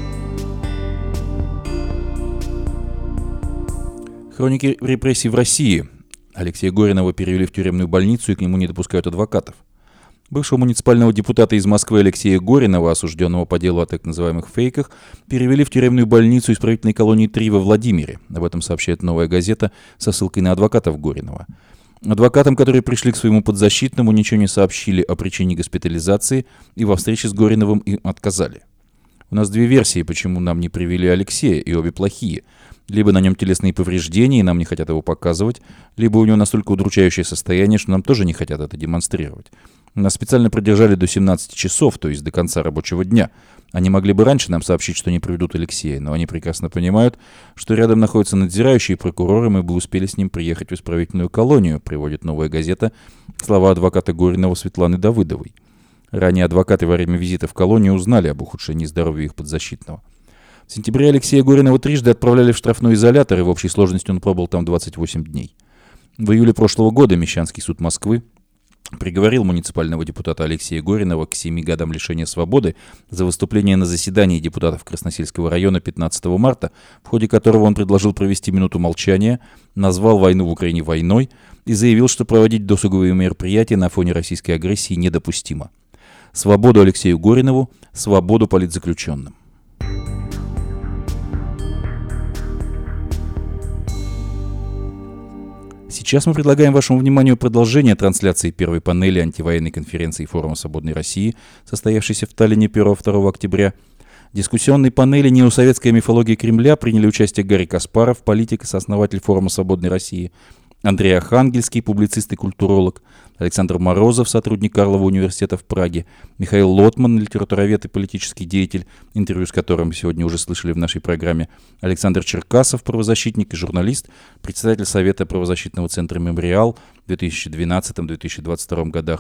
Хроники репрессий в России. Алексея Горинова перевели в тюремную больницу, и к нему не допускают адвокатов. Бывшего муниципального депутата из Москвы Алексея Горинова, осужденного по делу о так называемых фейках, перевели в тюремную больницу исправительной колонии три во Владимире. Об этом сообщает «Новая газета» со ссылкой на адвокатов Горинова. Адвокатам, которые пришли к своему подзащитному, ничего не сообщили о причине госпитализации, и во встрече с Гориновым им отказали. У нас две версии, почему нам не привели Алексея, и обе плохие. Либо на нем телесные повреждения, и нам не хотят его показывать, либо у него настолько удручающее состояние, что нам тоже не хотят это демонстрировать. Нас специально продержали до семнадцати часов, то есть до конца рабочего дня. Они могли бы раньше нам сообщить, что не приведут Алексея, но они прекрасно понимают, что рядом находятся надзирающие прокуроры, мы бы успели с ним приехать в исправительную колонию, приводит «Новая газета» слова адвоката Горинова Светланы Давыдовой. Ранее адвокаты во время визита в колонию узнали об ухудшении здоровья их подзащитного. В сентябре Алексея Горинова трижды отправляли в штрафной изолятор, и в общей сложности он пробыл там двадцать восемь дней. В июле прошлого года Мещанский суд Москвы приговорил муниципального депутата Алексея Горинова к семи годам лишения свободы за выступление на заседании депутатов Красносельского района пятнадцатого марта, в ходе которого он предложил провести минуту молчания, назвал войну в Украине войной и заявил, что проводить досуговые мероприятия на фоне российской агрессии недопустимо. Свободу Алексею Горинову, свободу политзаключенным. Сейчас мы предлагаем вашему вниманию продолжение трансляции первой панели антивоенной конференции Форума Свободной России, состоявшейся в Таллине первого-второго октября. В дискуссионной панели «Неосоветская мифология Кремля» приняли участие Гарри Каспаров, политик и сооснователь Форума Свободной России, Андрей Архангельский, публицист и культуролог, Александр Морозов, сотрудник Карлова университета в Праге, Михаил Лотман, литературовед и политический деятель, интервью с которым сегодня уже слышали в нашей программе, Александр Черкасов, правозащитник и журналист, председатель Совета правозащитного центра «Мемориал» в две тысячи двенадцатом — две тысячи двадцать втором годах,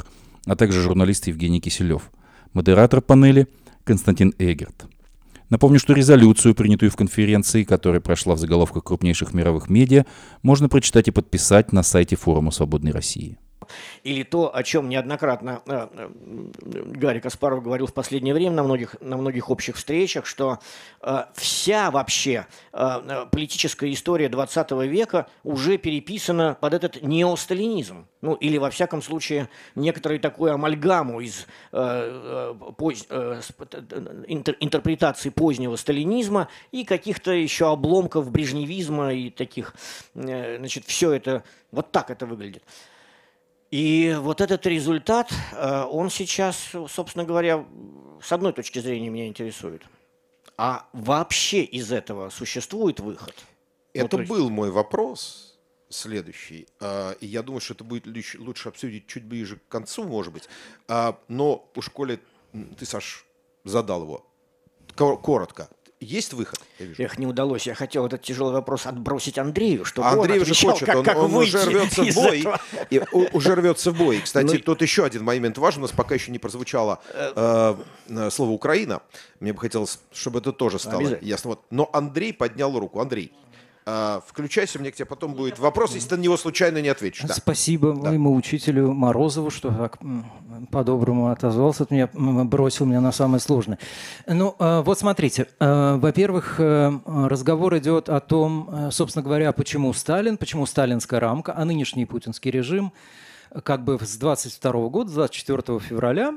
а также журналист Евгений Киселев, модератор панели Константин Эгерт. Напомню, что резолюцию, принятую в конференции, которая прошла в заголовках крупнейших мировых медиа, можно прочитать и подписать на сайте Форума Свободной России. Или то, о чем неоднократно э, Гарри Каспаров говорил в последнее время на многих, на многих общих встречах, что э, вся вообще э, политическая история двадцатого века уже переписана под этот неосталинизм. Ну, или, во всяком случае, некоторую такую амальгаму из э, поз, э, интер, интерпретации позднего сталинизма и каких-то еще обломков брежневизма и таких, э, значит, все это, вот так это выглядит. И вот этот результат, он сейчас, собственно говоря, с одной точки зрения меня интересует. А вообще из этого существует выход? Это ну, есть... был мой вопрос следующий. И я думаю, что это будет лучше обсудить чуть ближе к концу, может быть. Но уж коли ты, Саш, задал его коротко. Есть выход? Эх, не удалось. Я хотел этот тяжелый вопрос отбросить Андрею, чтобы Андрей он уже отвечал, хочет, как, он, как он уже рвется в бой. И, уже рвется в бой. Кстати, ну, тут еще один момент важен. У нас пока еще не прозвучало э, слово «Украина». Мне бы хотелось, чтобы это тоже стало ясно. Вот. Но Андрей поднял руку. Андрей, э, включайся, мне к тебе потом будет вопрос, если ты на него случайно не ответишь. Да. Спасибо да. моему учителю Морозову, что так по-доброму отозвался от меня, бросил меня на самое сложное. Ну, вот смотрите. Во-первых, разговор идет о том, собственно говоря, почему Сталин, почему сталинская рамка, а нынешний путинский режим как бы с двадцать второго года, с двадцать четвёртого февраля,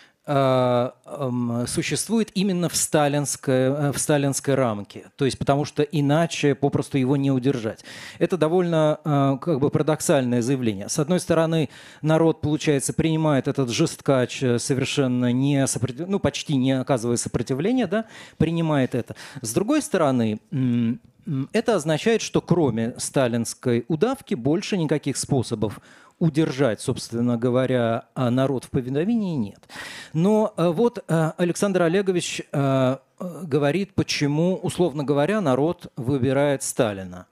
существует именно в сталинской, в сталинской рамке. То есть потому что иначе попросту его не удержать. Это довольно как бы парадоксальное заявление. С одной стороны, народ, получается, принимает этот жесткач совершенно не сопротив... ну, почти не оказывая сопротивления, да, принимает это. С другой стороны, это означает, что кроме сталинской удавки больше никаких способов удержать, собственно говоря, народ в повиновении нет. Но вот Александр Олегович говорит, почему, условно говоря, народ выбирает Сталина.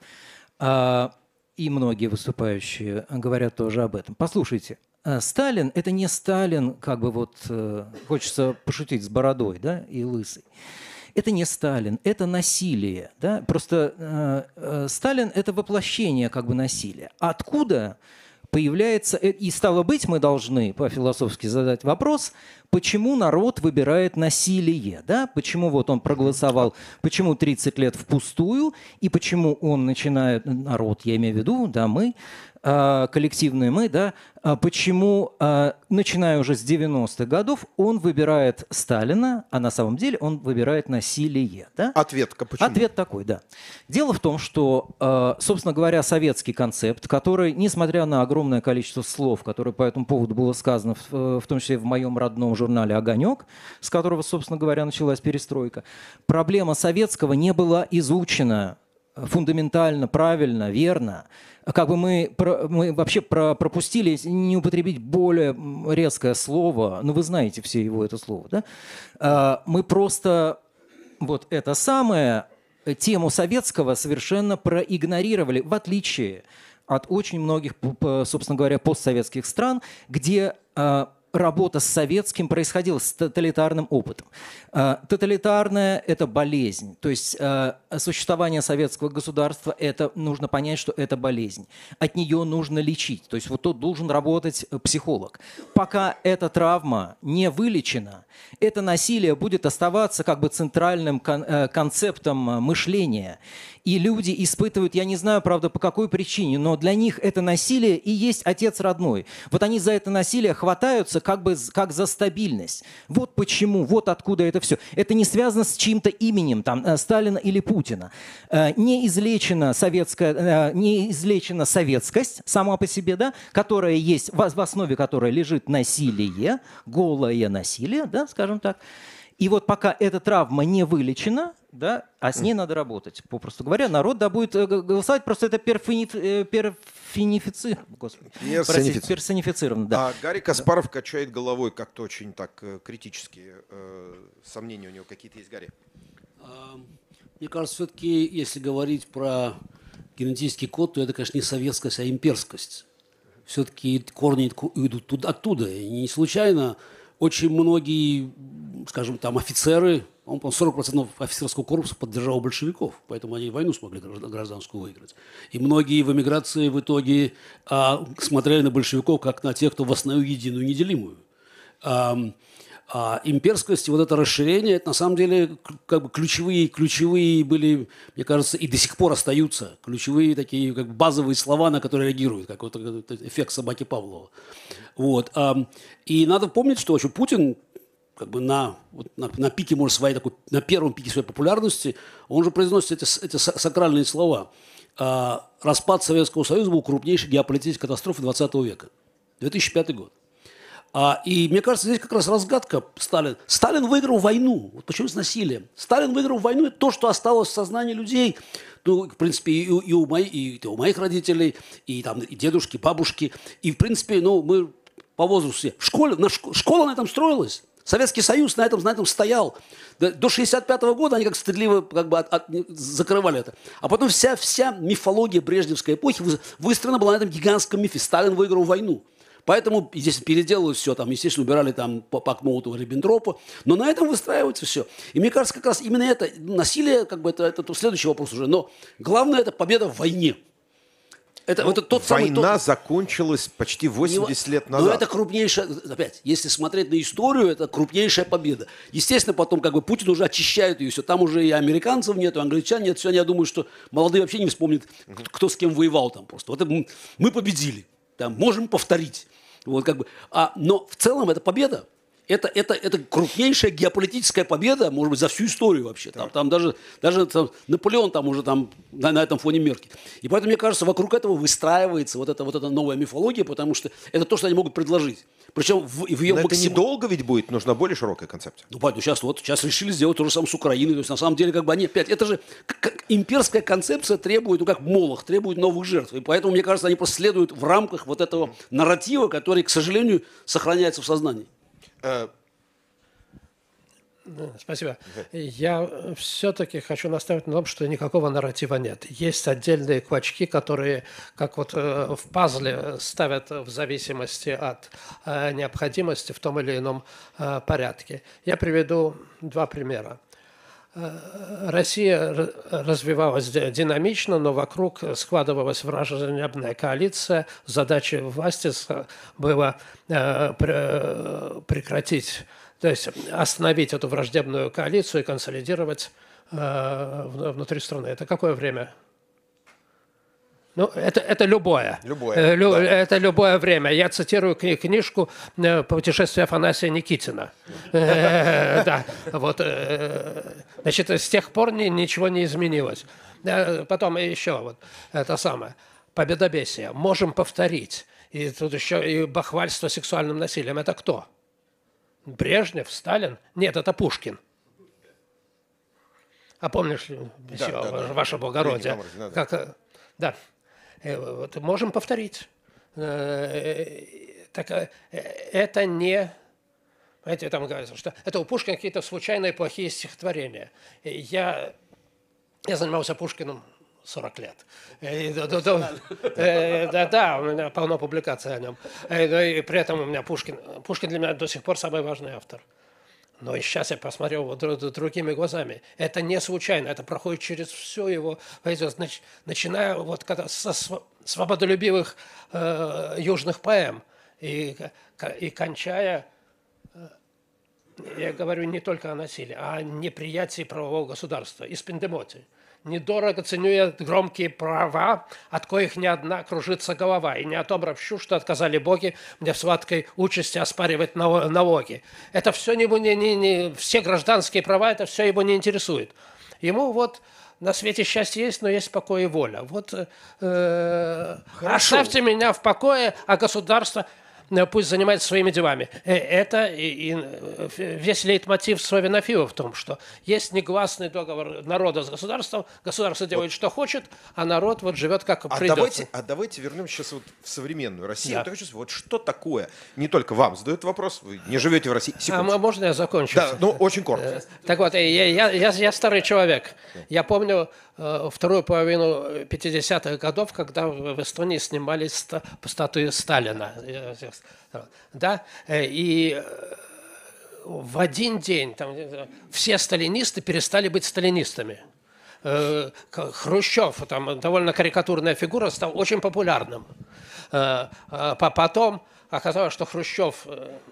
И многие выступающие говорят тоже об этом. Послушайте, Сталин – это не Сталин, как бы вот хочется пошутить, с бородой, да, и лысый. Это не Сталин, это насилие. Да? Просто э, Сталин – это воплощение как бы насилия. Откуда появляется, и стало быть, мы должны по-философски задать вопрос, почему народ выбирает насилие, да? Почему вот он проголосовал, почему тридцать лет впустую, и почему он начинает, народ, я имею в виду, да, мы, коллективные мы, да, почему, начиная уже с девяностых годов, он выбирает Сталина, а на самом деле он выбирает насилие. Да? Ответ почему? Ответ такой, да. Дело в том, что, собственно говоря, советский концепт, который, несмотря на огромное количество слов, которое по этому поводу было сказано, в, в том числе в моем родном журнале «Огонек», с которого, собственно говоря, началась перестройка, проблема советского не была изучена фундаментально, правильно, верно. Как бы мы, мы вообще пропустили, не употребить более резкое слово, ну вы знаете все его это слово, да? Мы просто вот это самое, тему советского совершенно проигнорировали, в отличие от очень многих, собственно говоря, постсоветских стран, где работа с советским происходила с тоталитарным опытом. Тоталитарная – это болезнь. То есть существование советского государства – это нужно понять, что это болезнь. От нее нужно лечить. То есть вот тут должен работать психолог. Пока эта травма не вылечена, это насилие будет оставаться как бы центральным концептом мышления. И люди испытывают, я не знаю, правда, по какой причине, но для них это насилие и есть отец родной. Вот они за это насилие хватаются как бы как за стабильность. Вот почему, вот откуда это все. Это не связано с чьим-то именем, там, Сталина или Путина. Не излечена советская, не излечена советскость сама по себе, да, которая есть, в основе которой лежит насилие, голое насилие, да, скажем так. И вот пока эта травма не вылечена, да, а с ней надо работать. Попросту говоря, народ да будет голосовать, просто это перфини... перфинифицировано. Господи, простите, персонифицировано. Да. А Гарри Каспаров да. качает головой как-то очень так критически. Э, сомнения у него какие-то есть, Гарри? Мне кажется, все-таки, если говорить про генетический код, то это, конечно, не советскость, а имперскость. все-таки корни идут туда, оттуда. И не случайно очень многие, скажем, там офицеры, он, сорок процентов офицерского корпуса поддержал большевиков, поэтому они войну смогли гражданскую выиграть. И многие в эмиграции в итоге а, смотрели на большевиков как на тех, кто восстановил единую неделимую. А, а имперскость, вот это расширение, это на самом деле как бы ключевые, ключевые были, мне кажется, и до сих пор остаются ключевые такие как бы базовые слова, на которые реагируют, как вот этот эффект собаки Павлова. Вот. А, и надо помнить, что еще Путин как бы на, вот на, на пике, может, своей такой, на первом пике своей популярности, он же произносит эти, эти сакральные слова. А, распад Советского Союза был крупнейшей геополитической катастрофой двадцатого века. две тысячи пятый год. А, и мне кажется, здесь как раз разгадка Сталина. Сталин выиграл войну. Вот почему с насилием? Сталин выиграл войну, это то, что осталось в сознании людей. Ну, в принципе, и, и, у, моих, и у моих родителей, и, там, и дедушки, бабушки. И, в принципе, ну, мы по возрасту в школе, на школа, школа на этом строилась. Советский Союз на этом, на этом стоял. До шестьдесят пятого года они как стыдливо как бы от, от, закрывали это. А потом вся, вся мифология брежневской эпохи выстроена была на этом гигантском мифе. Сталин выиграл войну. Поэтому здесь переделывают все, там, естественно, убирали там Пак Молотова, Риббентропа, но на этом выстраивается все. И мне кажется, как раз именно это, насилие, как бы это, это следующий вопрос уже, но главное это победа в войне. Это, ну, это тот война самый, тот... закончилась почти восемьдесят лет назад. Но это крупнейшая, опять, если смотреть на историю, это крупнейшая победа. Естественно, потом как бы Путин уже очищает ее все. Там уже и американцев нет, и англичан нет. Сегодня я думаю, что молодые вообще не вспомнят, кто с кем воевал там просто. Вот это, мы победили, там, можем повторить. Вот, как бы. а, но в целом это победа. Это, это, это крупнейшая геополитическая победа, может быть, за всю историю вообще. Там, там даже, даже там, Наполеон там уже там, на, на этом фоне мерки. И поэтому, мне кажется, вокруг этого выстраивается вот эта, вот эта новая мифология, потому что это то, что они могут предложить. Причем в, в ее Но максим... это недолго ведь будет, нужна более широкая концепция. Ну, поэтому сейчас, вот, сейчас решили сделать то же самое с Украиной. То есть, на самом деле, как бы они опять... Это же как, имперская концепция требует, ну, как Молох, требует новых жертв. И поэтому, мне кажется, они просто следуют в рамках вот этого нарратива, который, к сожалению, сохраняется в сознании. Спасибо. Я все-таки хочу наставить на том, что никакого нарратива нет. Есть отдельные клочки, которые, как вот в пазле, ставят в зависимости от необходимости в том или ином порядке. Я приведу два примера. Россия развивалась динамично, но вокруг складывалась враждебная коалиция. Задачей власти было прекратить, то есть остановить эту враждебную коалицию и консолидировать внутри страны. Это какое время? Ну, это, это любое. Любое, Лю, да. Это любое время. Я цитирую кни- книжку «Путешествие Афанасия Никитина». Да, вот. Значит, с тех пор ничего не изменилось. Потом еще вот это самое. Победобесие. Можем повторить. И тут еще и бахвальство сексуальным насилием. Это кто? Брежнев? Сталин? Нет, это Пушкин. А помнишь, Да, все, да, да. ваше благородие? Камеры, да, да. Как, да. Вот, можем повторить. Так, это не... Знаете, там говорится, что это у Пушкина какие-то случайные плохие стихотворения. Я, я занимался Пушкиным сорок лет. Да-да, у меня полно публикаций о нем. И при этом у меня Пушкин... Пушкин для меня до сих пор самый важный автор. Но и сейчас я посмотрел вот другими глазами. Это не случайно, это проходит через все его, начиная вот когда со свободолюбивых э, южных поэм и, и кончая, э, я говорю не только о насилии, а о неприятии правового государства, из Пендемоти. Недорого ценю я громкие права, от коих ни одна кружится голова, и не о том ропщу, что отказали боги мне в сладкой участи оспаривать налоги. Это все, не, не, не, не, все гражданские права, это все его не интересует. Ему вот на свете счастье есть, но есть покой и воля. Вот э, оставьте меня в покое, а государство... пусть занимается своими делами. Это и, и весь лейтмотив славянофилов в том, что есть негласный договор народа с государством, государство делает, вот. Что хочет, а народ вот живет как а придется. Давайте, а давайте вернемся сейчас вот в современную Россию. Да. Вот, вот что такое, не только вам задают вопрос, вы не живете в России. А можно я закончу? Да, ну очень коротко. Так вот, я, я, я, я старый человек. Я помню э, вторую половину пятидесятых годов, когда в Эстонии снимали ста, статуи Сталина. Да? И в один день там, все сталинисты перестали быть сталинистами. Хрущев, там довольно карикатурная фигура, стал очень популярным. Потом оказалось, что Хрущев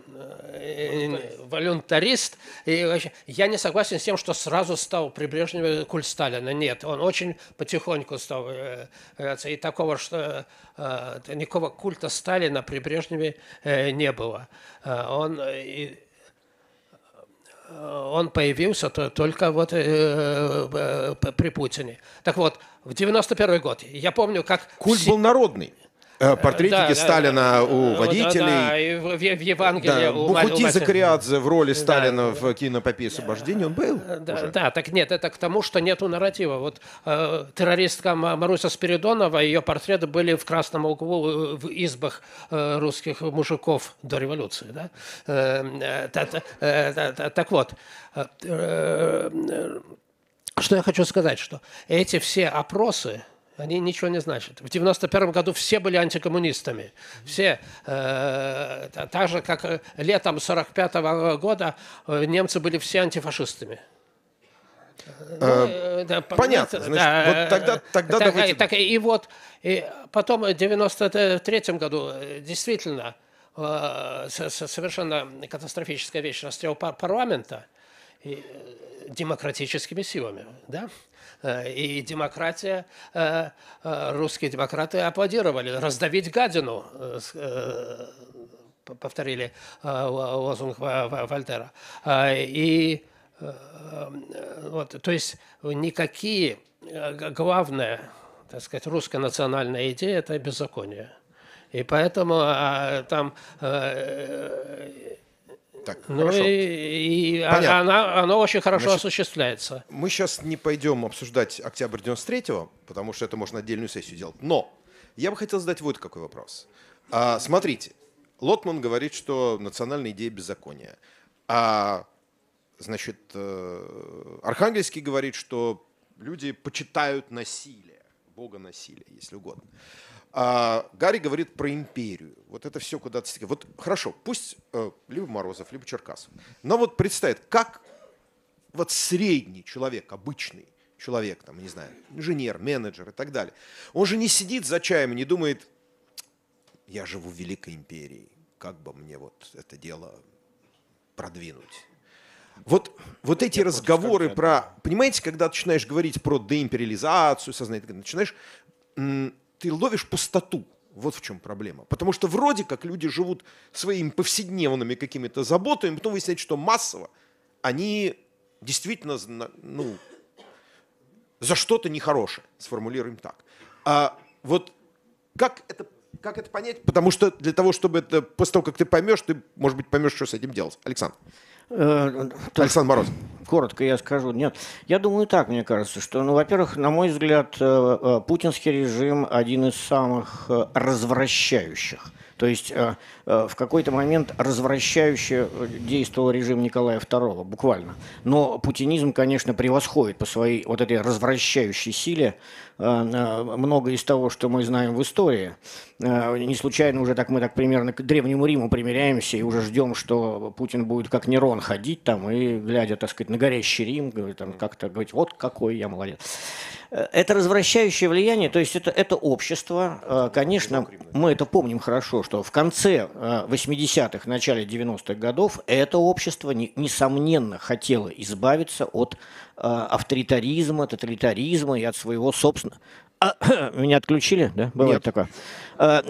волюнтарист. И я не согласен с тем, что сразу стал при Брежневе культ Сталина. Нет, он очень потихоньку стал. И такого, что никакого культа Сталина при Брежневе не было. Он... Он появился только вот при Путине. Так вот, в девяносто первый год, я помню, как... Культ все... был народный. Портретики да, Сталина да, у водителей. Да, и в, в Евангелии да, у Бухути у Закариадзе в роли Сталина да, в киноэпопее «Освобождение» он был да, уже. Да, так нет, это к тому, что нету нарратива. Вот э, террористка Маруся Спиридонова, ее портреты были в красном углу в избах э, русских мужиков до революции. Да? Э, э, э, э, так вот, э, э, что я хочу сказать, что эти все опросы, они ничего не значат. В девяносто первом году все были антикоммунистами. Все. Э, так же, как летом сорок пятого года немцы были все антифашистами. Э, ну, понятно. Значит, да, вот тогда, тогда так, давайте... так, и вот и потом в девяносто третьем году действительно э, совершенно катастрофическая вещь. Расстрел парламента и, демократическими силами. Да? И демократия, русские демократы аплодировали. Раздавить гадину, повторили лозунг Вольтера. И вот, то есть никакие, главная, так сказать, русская национальная идея – это беззаконие. И поэтому там... Так, ну и, и она, она очень хорошо Значит, осуществляется. Мы сейчас не пойдем обсуждать октябрь девяносто третьего, потому что это можно отдельную сессию делать. Но я бы хотел задать вот какой вопрос. А, смотрите, Лотман говорит, что национальная идея беззакония. А, значит, Архангельский говорит, что люди почитают насилие, бога насилия, если угодно. А Гарри говорит про империю. Вот это все куда-то стекает. Вот хорошо, пусть э, либо Морозов, либо Черкасов. Но вот представит, как вот средний человек, обычный человек, там, не знаю, инженер, менеджер и так далее. Он же не сидит за чаем и не думает, я живу в великой империи, как бы мне вот это дело продвинуть. Вот, вот эти я разговоры про... Понимаете, когда начинаешь говорить про деимпериализацию, сознание, начинаешь... М- ты ловишь пустоту. Вот в чем проблема. Потому что вроде как люди живут своими повседневными какими-то заботами, потом выясняется, что массово они действительно ну, за что-то нехорошее, сформулируем так. А вот как это, как это понять? Потому что для того, чтобы это, после того, как ты поймешь, ты, может быть, поймешь, что с этим делать. Александр. Александр Морозов. Коротко я скажу. Нет, я думаю так, мне кажется, что, ну, во-первых, на мой взгляд, путинский режим один из самых развращающих. То есть в какой-то момент развращающе действовал режим Николая второго, буквально. Но путинизм, конечно, превосходит по своей вот этой развращающей силе много из того, что мы знаем в истории. Не случайно уже так мы так примерно к Древнему Риму примиряемся и уже ждем, что Путин будет как Нерон ходить там и, глядя, так сказать, на горящий Рим, там, как-то говорить, вот какой я молодец. Это развращающее влияние, то есть это, это общество, конечно, мы это помним хорошо, что в конце восьмидесятых, начале девяностых годов это общество, несомненно, хотело избавиться от авторитаризма, тоталитаризма и от своего собственного... А, меня отключили, да? Бывает Нет. такое. А,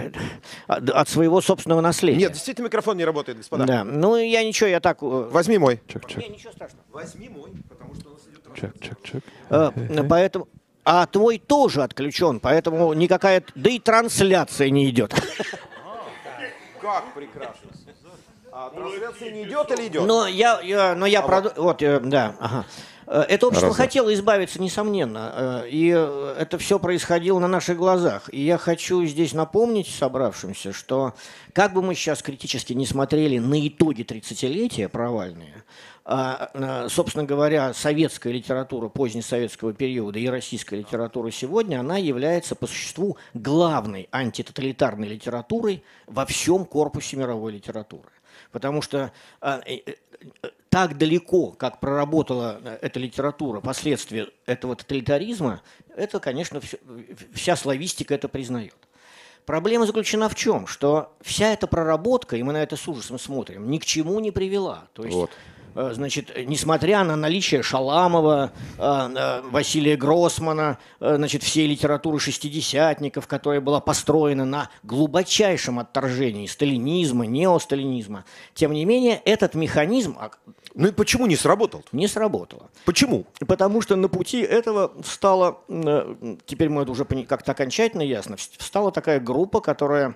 от своего собственного наследия. Нет, действительно микрофон не работает, господа. Да, ну я ничего, я так... Возьми мой. Чек, чек. Не, ничего страшного. Возьми мой, потому что у нас идет... Чек, чек, чек. А, поэтому... А твой тоже отключен, поэтому никакая... Да и трансляция не идет. как прекрасно. А трансляция не идет или идет? Но я, я, но я а прод... вот, вот да, ага. Это общество Раз. хотело избавиться, несомненно, и это все происходило на наших глазах. И я хочу здесь напомнить собравшимся, что как бы мы сейчас критически не смотрели на итоги тридцатилетия провальные, собственно говоря, советская литература позднесоветского периода и российская литература сегодня, она является по существу главной антитоталитарной литературой во всем корпусе мировой литературы. Потому что так далеко, как проработала эта литература последствия этого тоталитаризма, это, конечно, вся славистика это признает. Проблема заключена в чем? Что вся эта проработка, и мы на это с ужасом смотрим, ни к чему не привела. То есть, вот. Значит, несмотря на наличие Шаламова, Василия Гроссмана, значит, всей литературы шестидесятников, которая была построена на глубочайшем отторжении сталинизма, неосталинизма, тем не менее, этот механизм... Ну и почему не сработал? Не сработало. Почему? Потому что на пути этого стало, теперь мы это уже как-то окончательно ясно, стала такая группа, которая...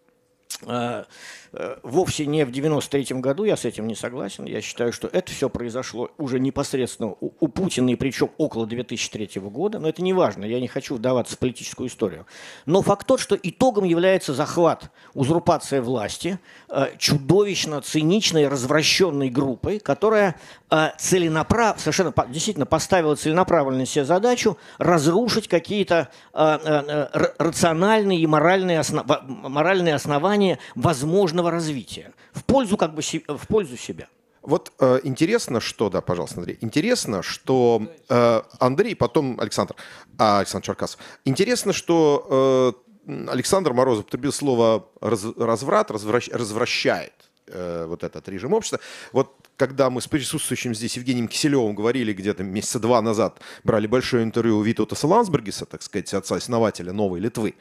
Вовсе не в девяносто третьем году, я с этим не согласен. Я считаю, что это все произошло уже непосредственно у, у Путина, и причем около две тысячи третьего года. Но это не важно, я не хочу вдаваться в политическую историю. Но факт тот, что итогом является захват, узурпация власти э, чудовищно циничной, развращенной группой, которая э, целенаправ... совершенно действительно поставила целенаправленную себе задачу разрушить какие-то э, э, рациональные и моральные, основ... моральные основания возможного развития в пользу, как бы, в пользу себя. Вот э, интересно, что, да, пожалуйста, Андрей, интересно, что э, Андрей, потом Александр, а, Александр Черкасов, интересно, что э, Александр Морозов употребил слово раз, разврат, развращ, развращает э, вот этот режим общества. Вот когда мы с присутствующим здесь Евгением Киселевым говорили где-то месяца два назад, брали большое интервью у Витаутаса Ландсбергиса, так сказать, отца-основателя Новой Литвы,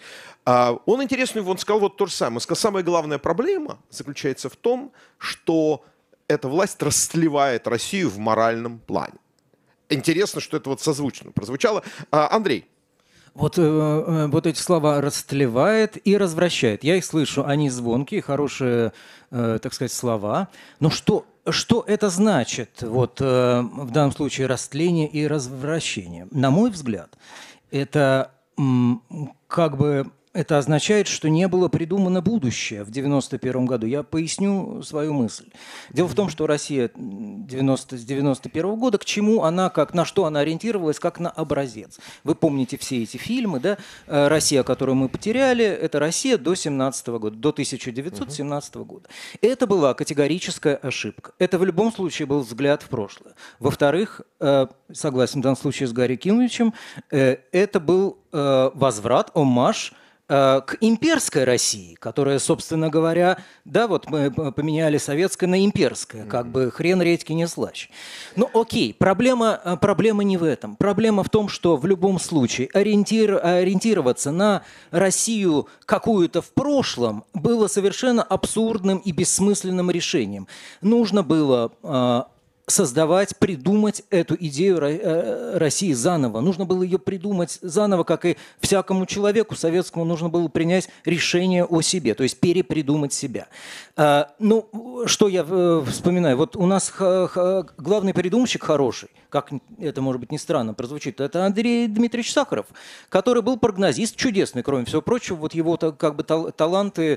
он интересно, он сказал вот то же самое. Он сказал, самая главная проблема заключается в том, что эта власть растлевает Россию в моральном плане. Интересно, что это вот созвучно прозвучало. Андрей. Вот, э, вот эти слова «растлевает» и «развращает». Я их слышу, они звонкие, хорошие, э, так сказать, слова. Но что, что это значит вот, э, в данном случае растление и развращение? На мой взгляд, это м, как бы... Это означает, что не было придумано будущее в девяносто первом году. Я поясню свою мысль. Дело в том, что Россия девяносто, с девяносто первого года, к чему она, как, на что она ориентировалась, как на образец. Вы помните все эти фильмы, да? Россия, которую мы потеряли, это Россия до семнадцатого года, до тысяча девятьсот семнадцатого года. Это была категорическая ошибка. Это в любом случае был взгляд в прошлое. Во-вторых, согласен в данном случае с Гарри Кимовичем, это был возврат, оммаж к имперской России, которая, собственно говоря, да, вот мы поменяли советское на имперское, как бы хрен редьки не слаще. Ну окей, проблема, проблема не в этом. Проблема в том, что в любом случае ориентир, ориентироваться на Россию какую-то в прошлом было совершенно абсурдным и бессмысленным решением. Нужно было... создавать, придумать эту идею России заново. Нужно было ее придумать заново, как и всякому человеку советскому нужно было принять решение о себе, то есть перепридумать себя. Ну, что я вспоминаю? Вот у нас главный придумщик хороший, как это, может быть, не странно прозвучит, это Андрей Дмитриевич Сахаров, который был прогнозист чудесный, кроме всего прочего. Вот его как бы таланты...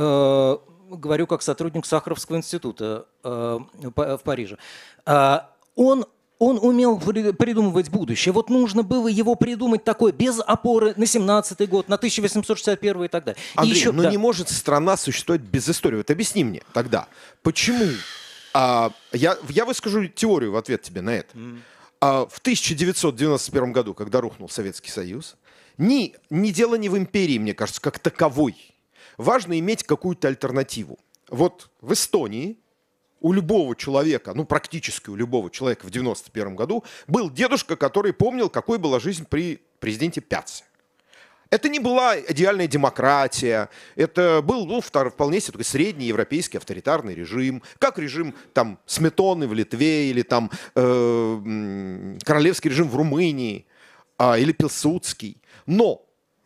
Говорю как сотрудник Сахаровского института э, в Париже. Э, он, он умел придумывать будущее. Вот нужно было его придумать такое, без опоры на семнадцатый год, на тысяча восемьсот шестьдесят первый и так далее. Андрей, и еще, но да. не может страна существовать без истории. Вот объясни мне тогда, почему... А, я, я выскажу теорию в ответ тебе на это. Mm. А, в тысяча девятьсот девяносто первом году, когда рухнул Советский Союз, ни, ни дело не в империи, мне кажется, как таковой. Важно иметь какую-то альтернативу. Вот в Эстонии у любого человека, ну практически у любого человека в девяносто первом году был дедушка, который помнил, какой была жизнь при президенте Пятце. Это не была идеальная демократия, это был ну, вполне себе такой средний европейский авторитарный режим, как режим там, Сметоны в Литве или там, э, королевский режим в Румынии э, или Пилсудский. Но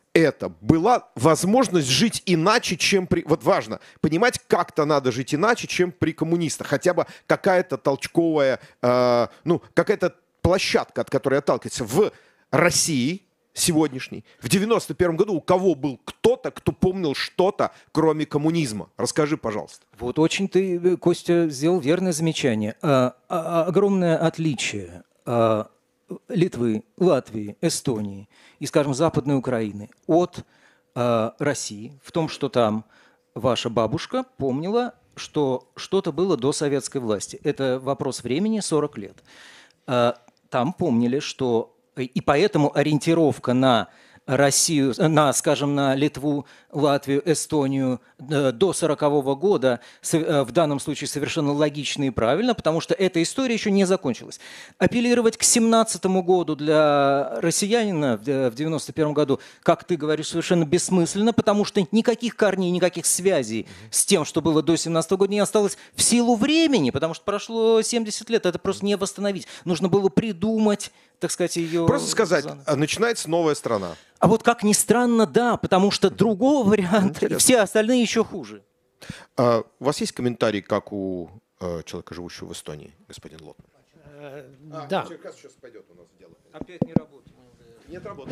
это была возможность жить иначе, чем при... Вот важно, понимать, как-то надо жить иначе, чем при коммунистах. Хотя бы какая-то толчковая, э, ну, какая-то площадка, от которой отталкивается. В России сегодняшней, в девяносто первом году у кого был кто-то, кто помнил что-то, кроме коммунизма? Расскажи, пожалуйста. Вот очень ты, Костя, сделал верное замечание. А, а, огромное отличие а, Литвы, Латвии, Эстонии и, скажем, Западной Украины от э, России в том, что там ваша бабушка помнила, что что-то было до советской власти. Это вопрос времени, сорок лет. Э, там помнили, что... И поэтому ориентировка на Россию, на, скажем, на Литву, Латвию, Эстонию до сорокового года в данном случае совершенно логично и правильно, потому что эта история еще не закончилась. Апеллировать к семнадцатому году для россиянина в девяносто первом году, как ты говоришь, совершенно бессмысленно, потому что никаких корней, никаких связей с тем, что было до семнадцатого года, не осталось в силу времени, потому что прошло семьдесят лет, это просто не восстановить. Нужно было придумать, так сказать, ее... Просто сказать, заново. Начинается новая страна. А вот как ни странно, да, потому что другого варианта, и все остальные еще хуже. А, у вас есть комментарий, как у э, человека, живущего в Эстонии, господин Лот? Э, да. Черкас сейчас пойдет у нас в дело. Опять не работает. Нет работы.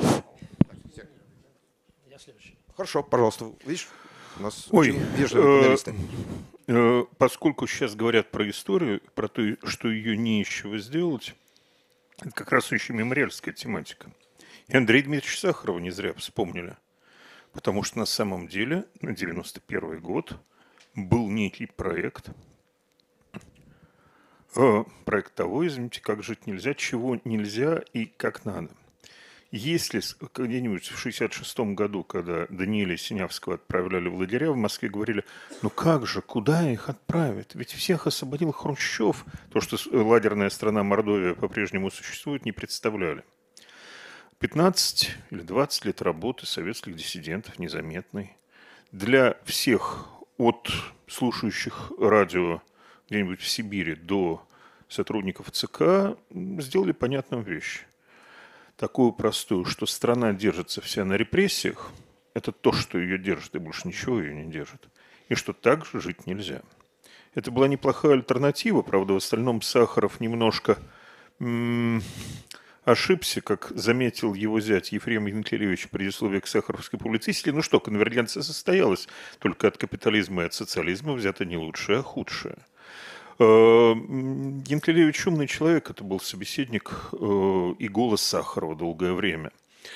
Я следующий. Хорошо, пожалуйста. Видишь, у нас Ой, очень вежливые панелисты. э, поскольку сейчас говорят про историю, про то, что ее не из чего сделать, это как раз очень мемориальская тематика. И Андрея Дмитриевича Сахарова не зря вспомнили. Потому что на самом деле на девяносто первый год был некий проект, э, проект того, извините, как жить нельзя, чего нельзя и как надо. Если где-нибудь в шестьдесят шестом году, когда Даниэля Синявского отправляли в лагеря, в Москве говорили, ну как же, куда их отправят? Ведь всех освободил Хрущев. То, что лагерная страна Мордовия по-прежнему существует, не представляли. пятнадцать или двадцать лет работы советских диссидентов незаметной. Для всех, от слушающих радио где-нибудь в Сибири до сотрудников ЦК, сделали понятную вещь. Такую простую, что страна держится вся на репрессиях, это то, что ее держит, и больше ничего ее не держит. И что так же жить нельзя. Это была неплохая альтернатива, правда, в остальном Сахаров немножко м- ошибся, как заметил его зять Ефрем Янкелевич в предисловии к сахаровской публицистике. Ну что, конвергенция состоялась, только от капитализма и от социализма взято не лучшее, а худшее. Янкелевич умный человек, это был собеседник и голос Сахарова долгое время.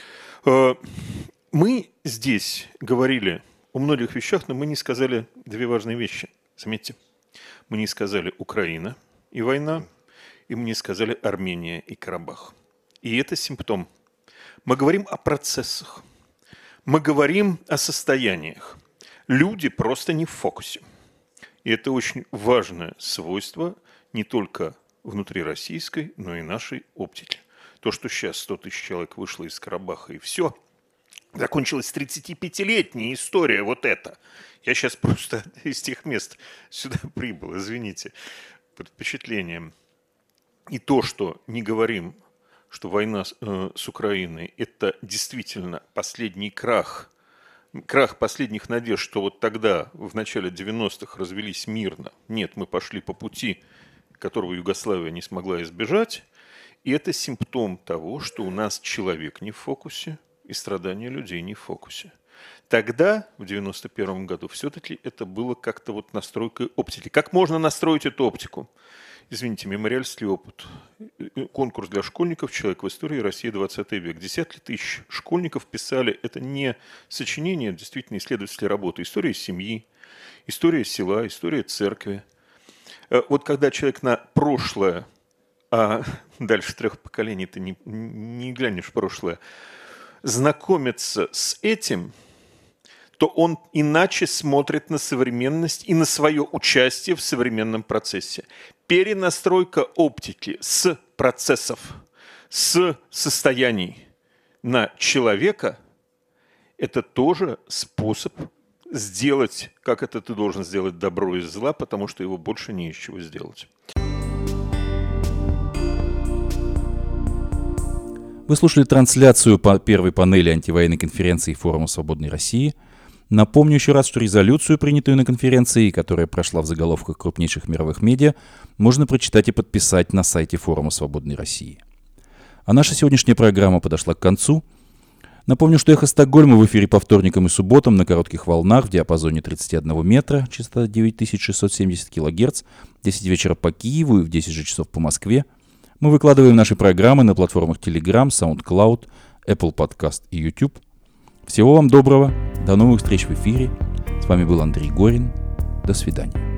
Мы здесь говорили о многих вещах, но мы не сказали две важные вещи. Заметьте, мы не сказали Украина и война, и мы не сказали Армения и Карабах. И это симптом. Мы говорим о процессах, мы говорим о состояниях. Люди просто не в фокусе. И это очень важное свойство не только внутрироссийской, но и нашей оптики. То, что сейчас сто тысяч человек вышло из Карабаха и все, закончилась тридцатипятилетняя история вот это. Я сейчас просто из тех мест сюда прибыл, извините, под впечатлением. И то, что не говорим, что война с, э, с Украиной – это действительно последний крах, крах последних надежд, что вот тогда, в начале девяностых, развелись мирно. Нет, мы пошли по пути, которого Югославия не смогла избежать. И это симптом того, что у нас человек не в фокусе, и страдания людей не в фокусе. Тогда, в девяносто первом году, все-таки это было как-то вот настройкой оптики. Как можно настроить эту оптику? Извините, мемориальский опыт. Конкурс для школьников «Человек в истории. Россия. двадцатый век». Десятки тысяч школьников писали. Это не сочинение, действительно исследовательские работы. История семьи, история села, история церкви. Вот когда человек на прошлое, а дальше трех поколений ты не, не глянешь в прошлое, знакомится с этим, то он иначе смотрит на современность и на свое участие в современном процессе. Перенастройка оптики с процессов, с состояний на человека – это тоже способ сделать, как это ты должен сделать, добро из зла, потому что его больше не из чего сделать. Мы Вы слушали трансляцию по первой панели антивоенной конференции Форума Свободной России. Напомню еще раз, что резолюцию, принятую на конференции, которая прошла в заголовках крупнейших мировых медиа, можно прочитать и подписать на сайте Форума Свободной России. А наша сегодняшняя программа подошла к концу. Напомню, что «Эхо Стокгольма» в эфире по вторникам и субботам на коротких волнах в диапазоне тридцать один метра, частота девять тысяч шестьсот семьдесят килогерц, в десять вечера по Киеву и в десять же часов по Москве. Мы выкладываем наши программы на платформах Telegram, SoundCloud, Apple Podcast и YouTube. Всего вам доброго, до новых встреч в эфире. С вами был Андрей Горин. До свидания.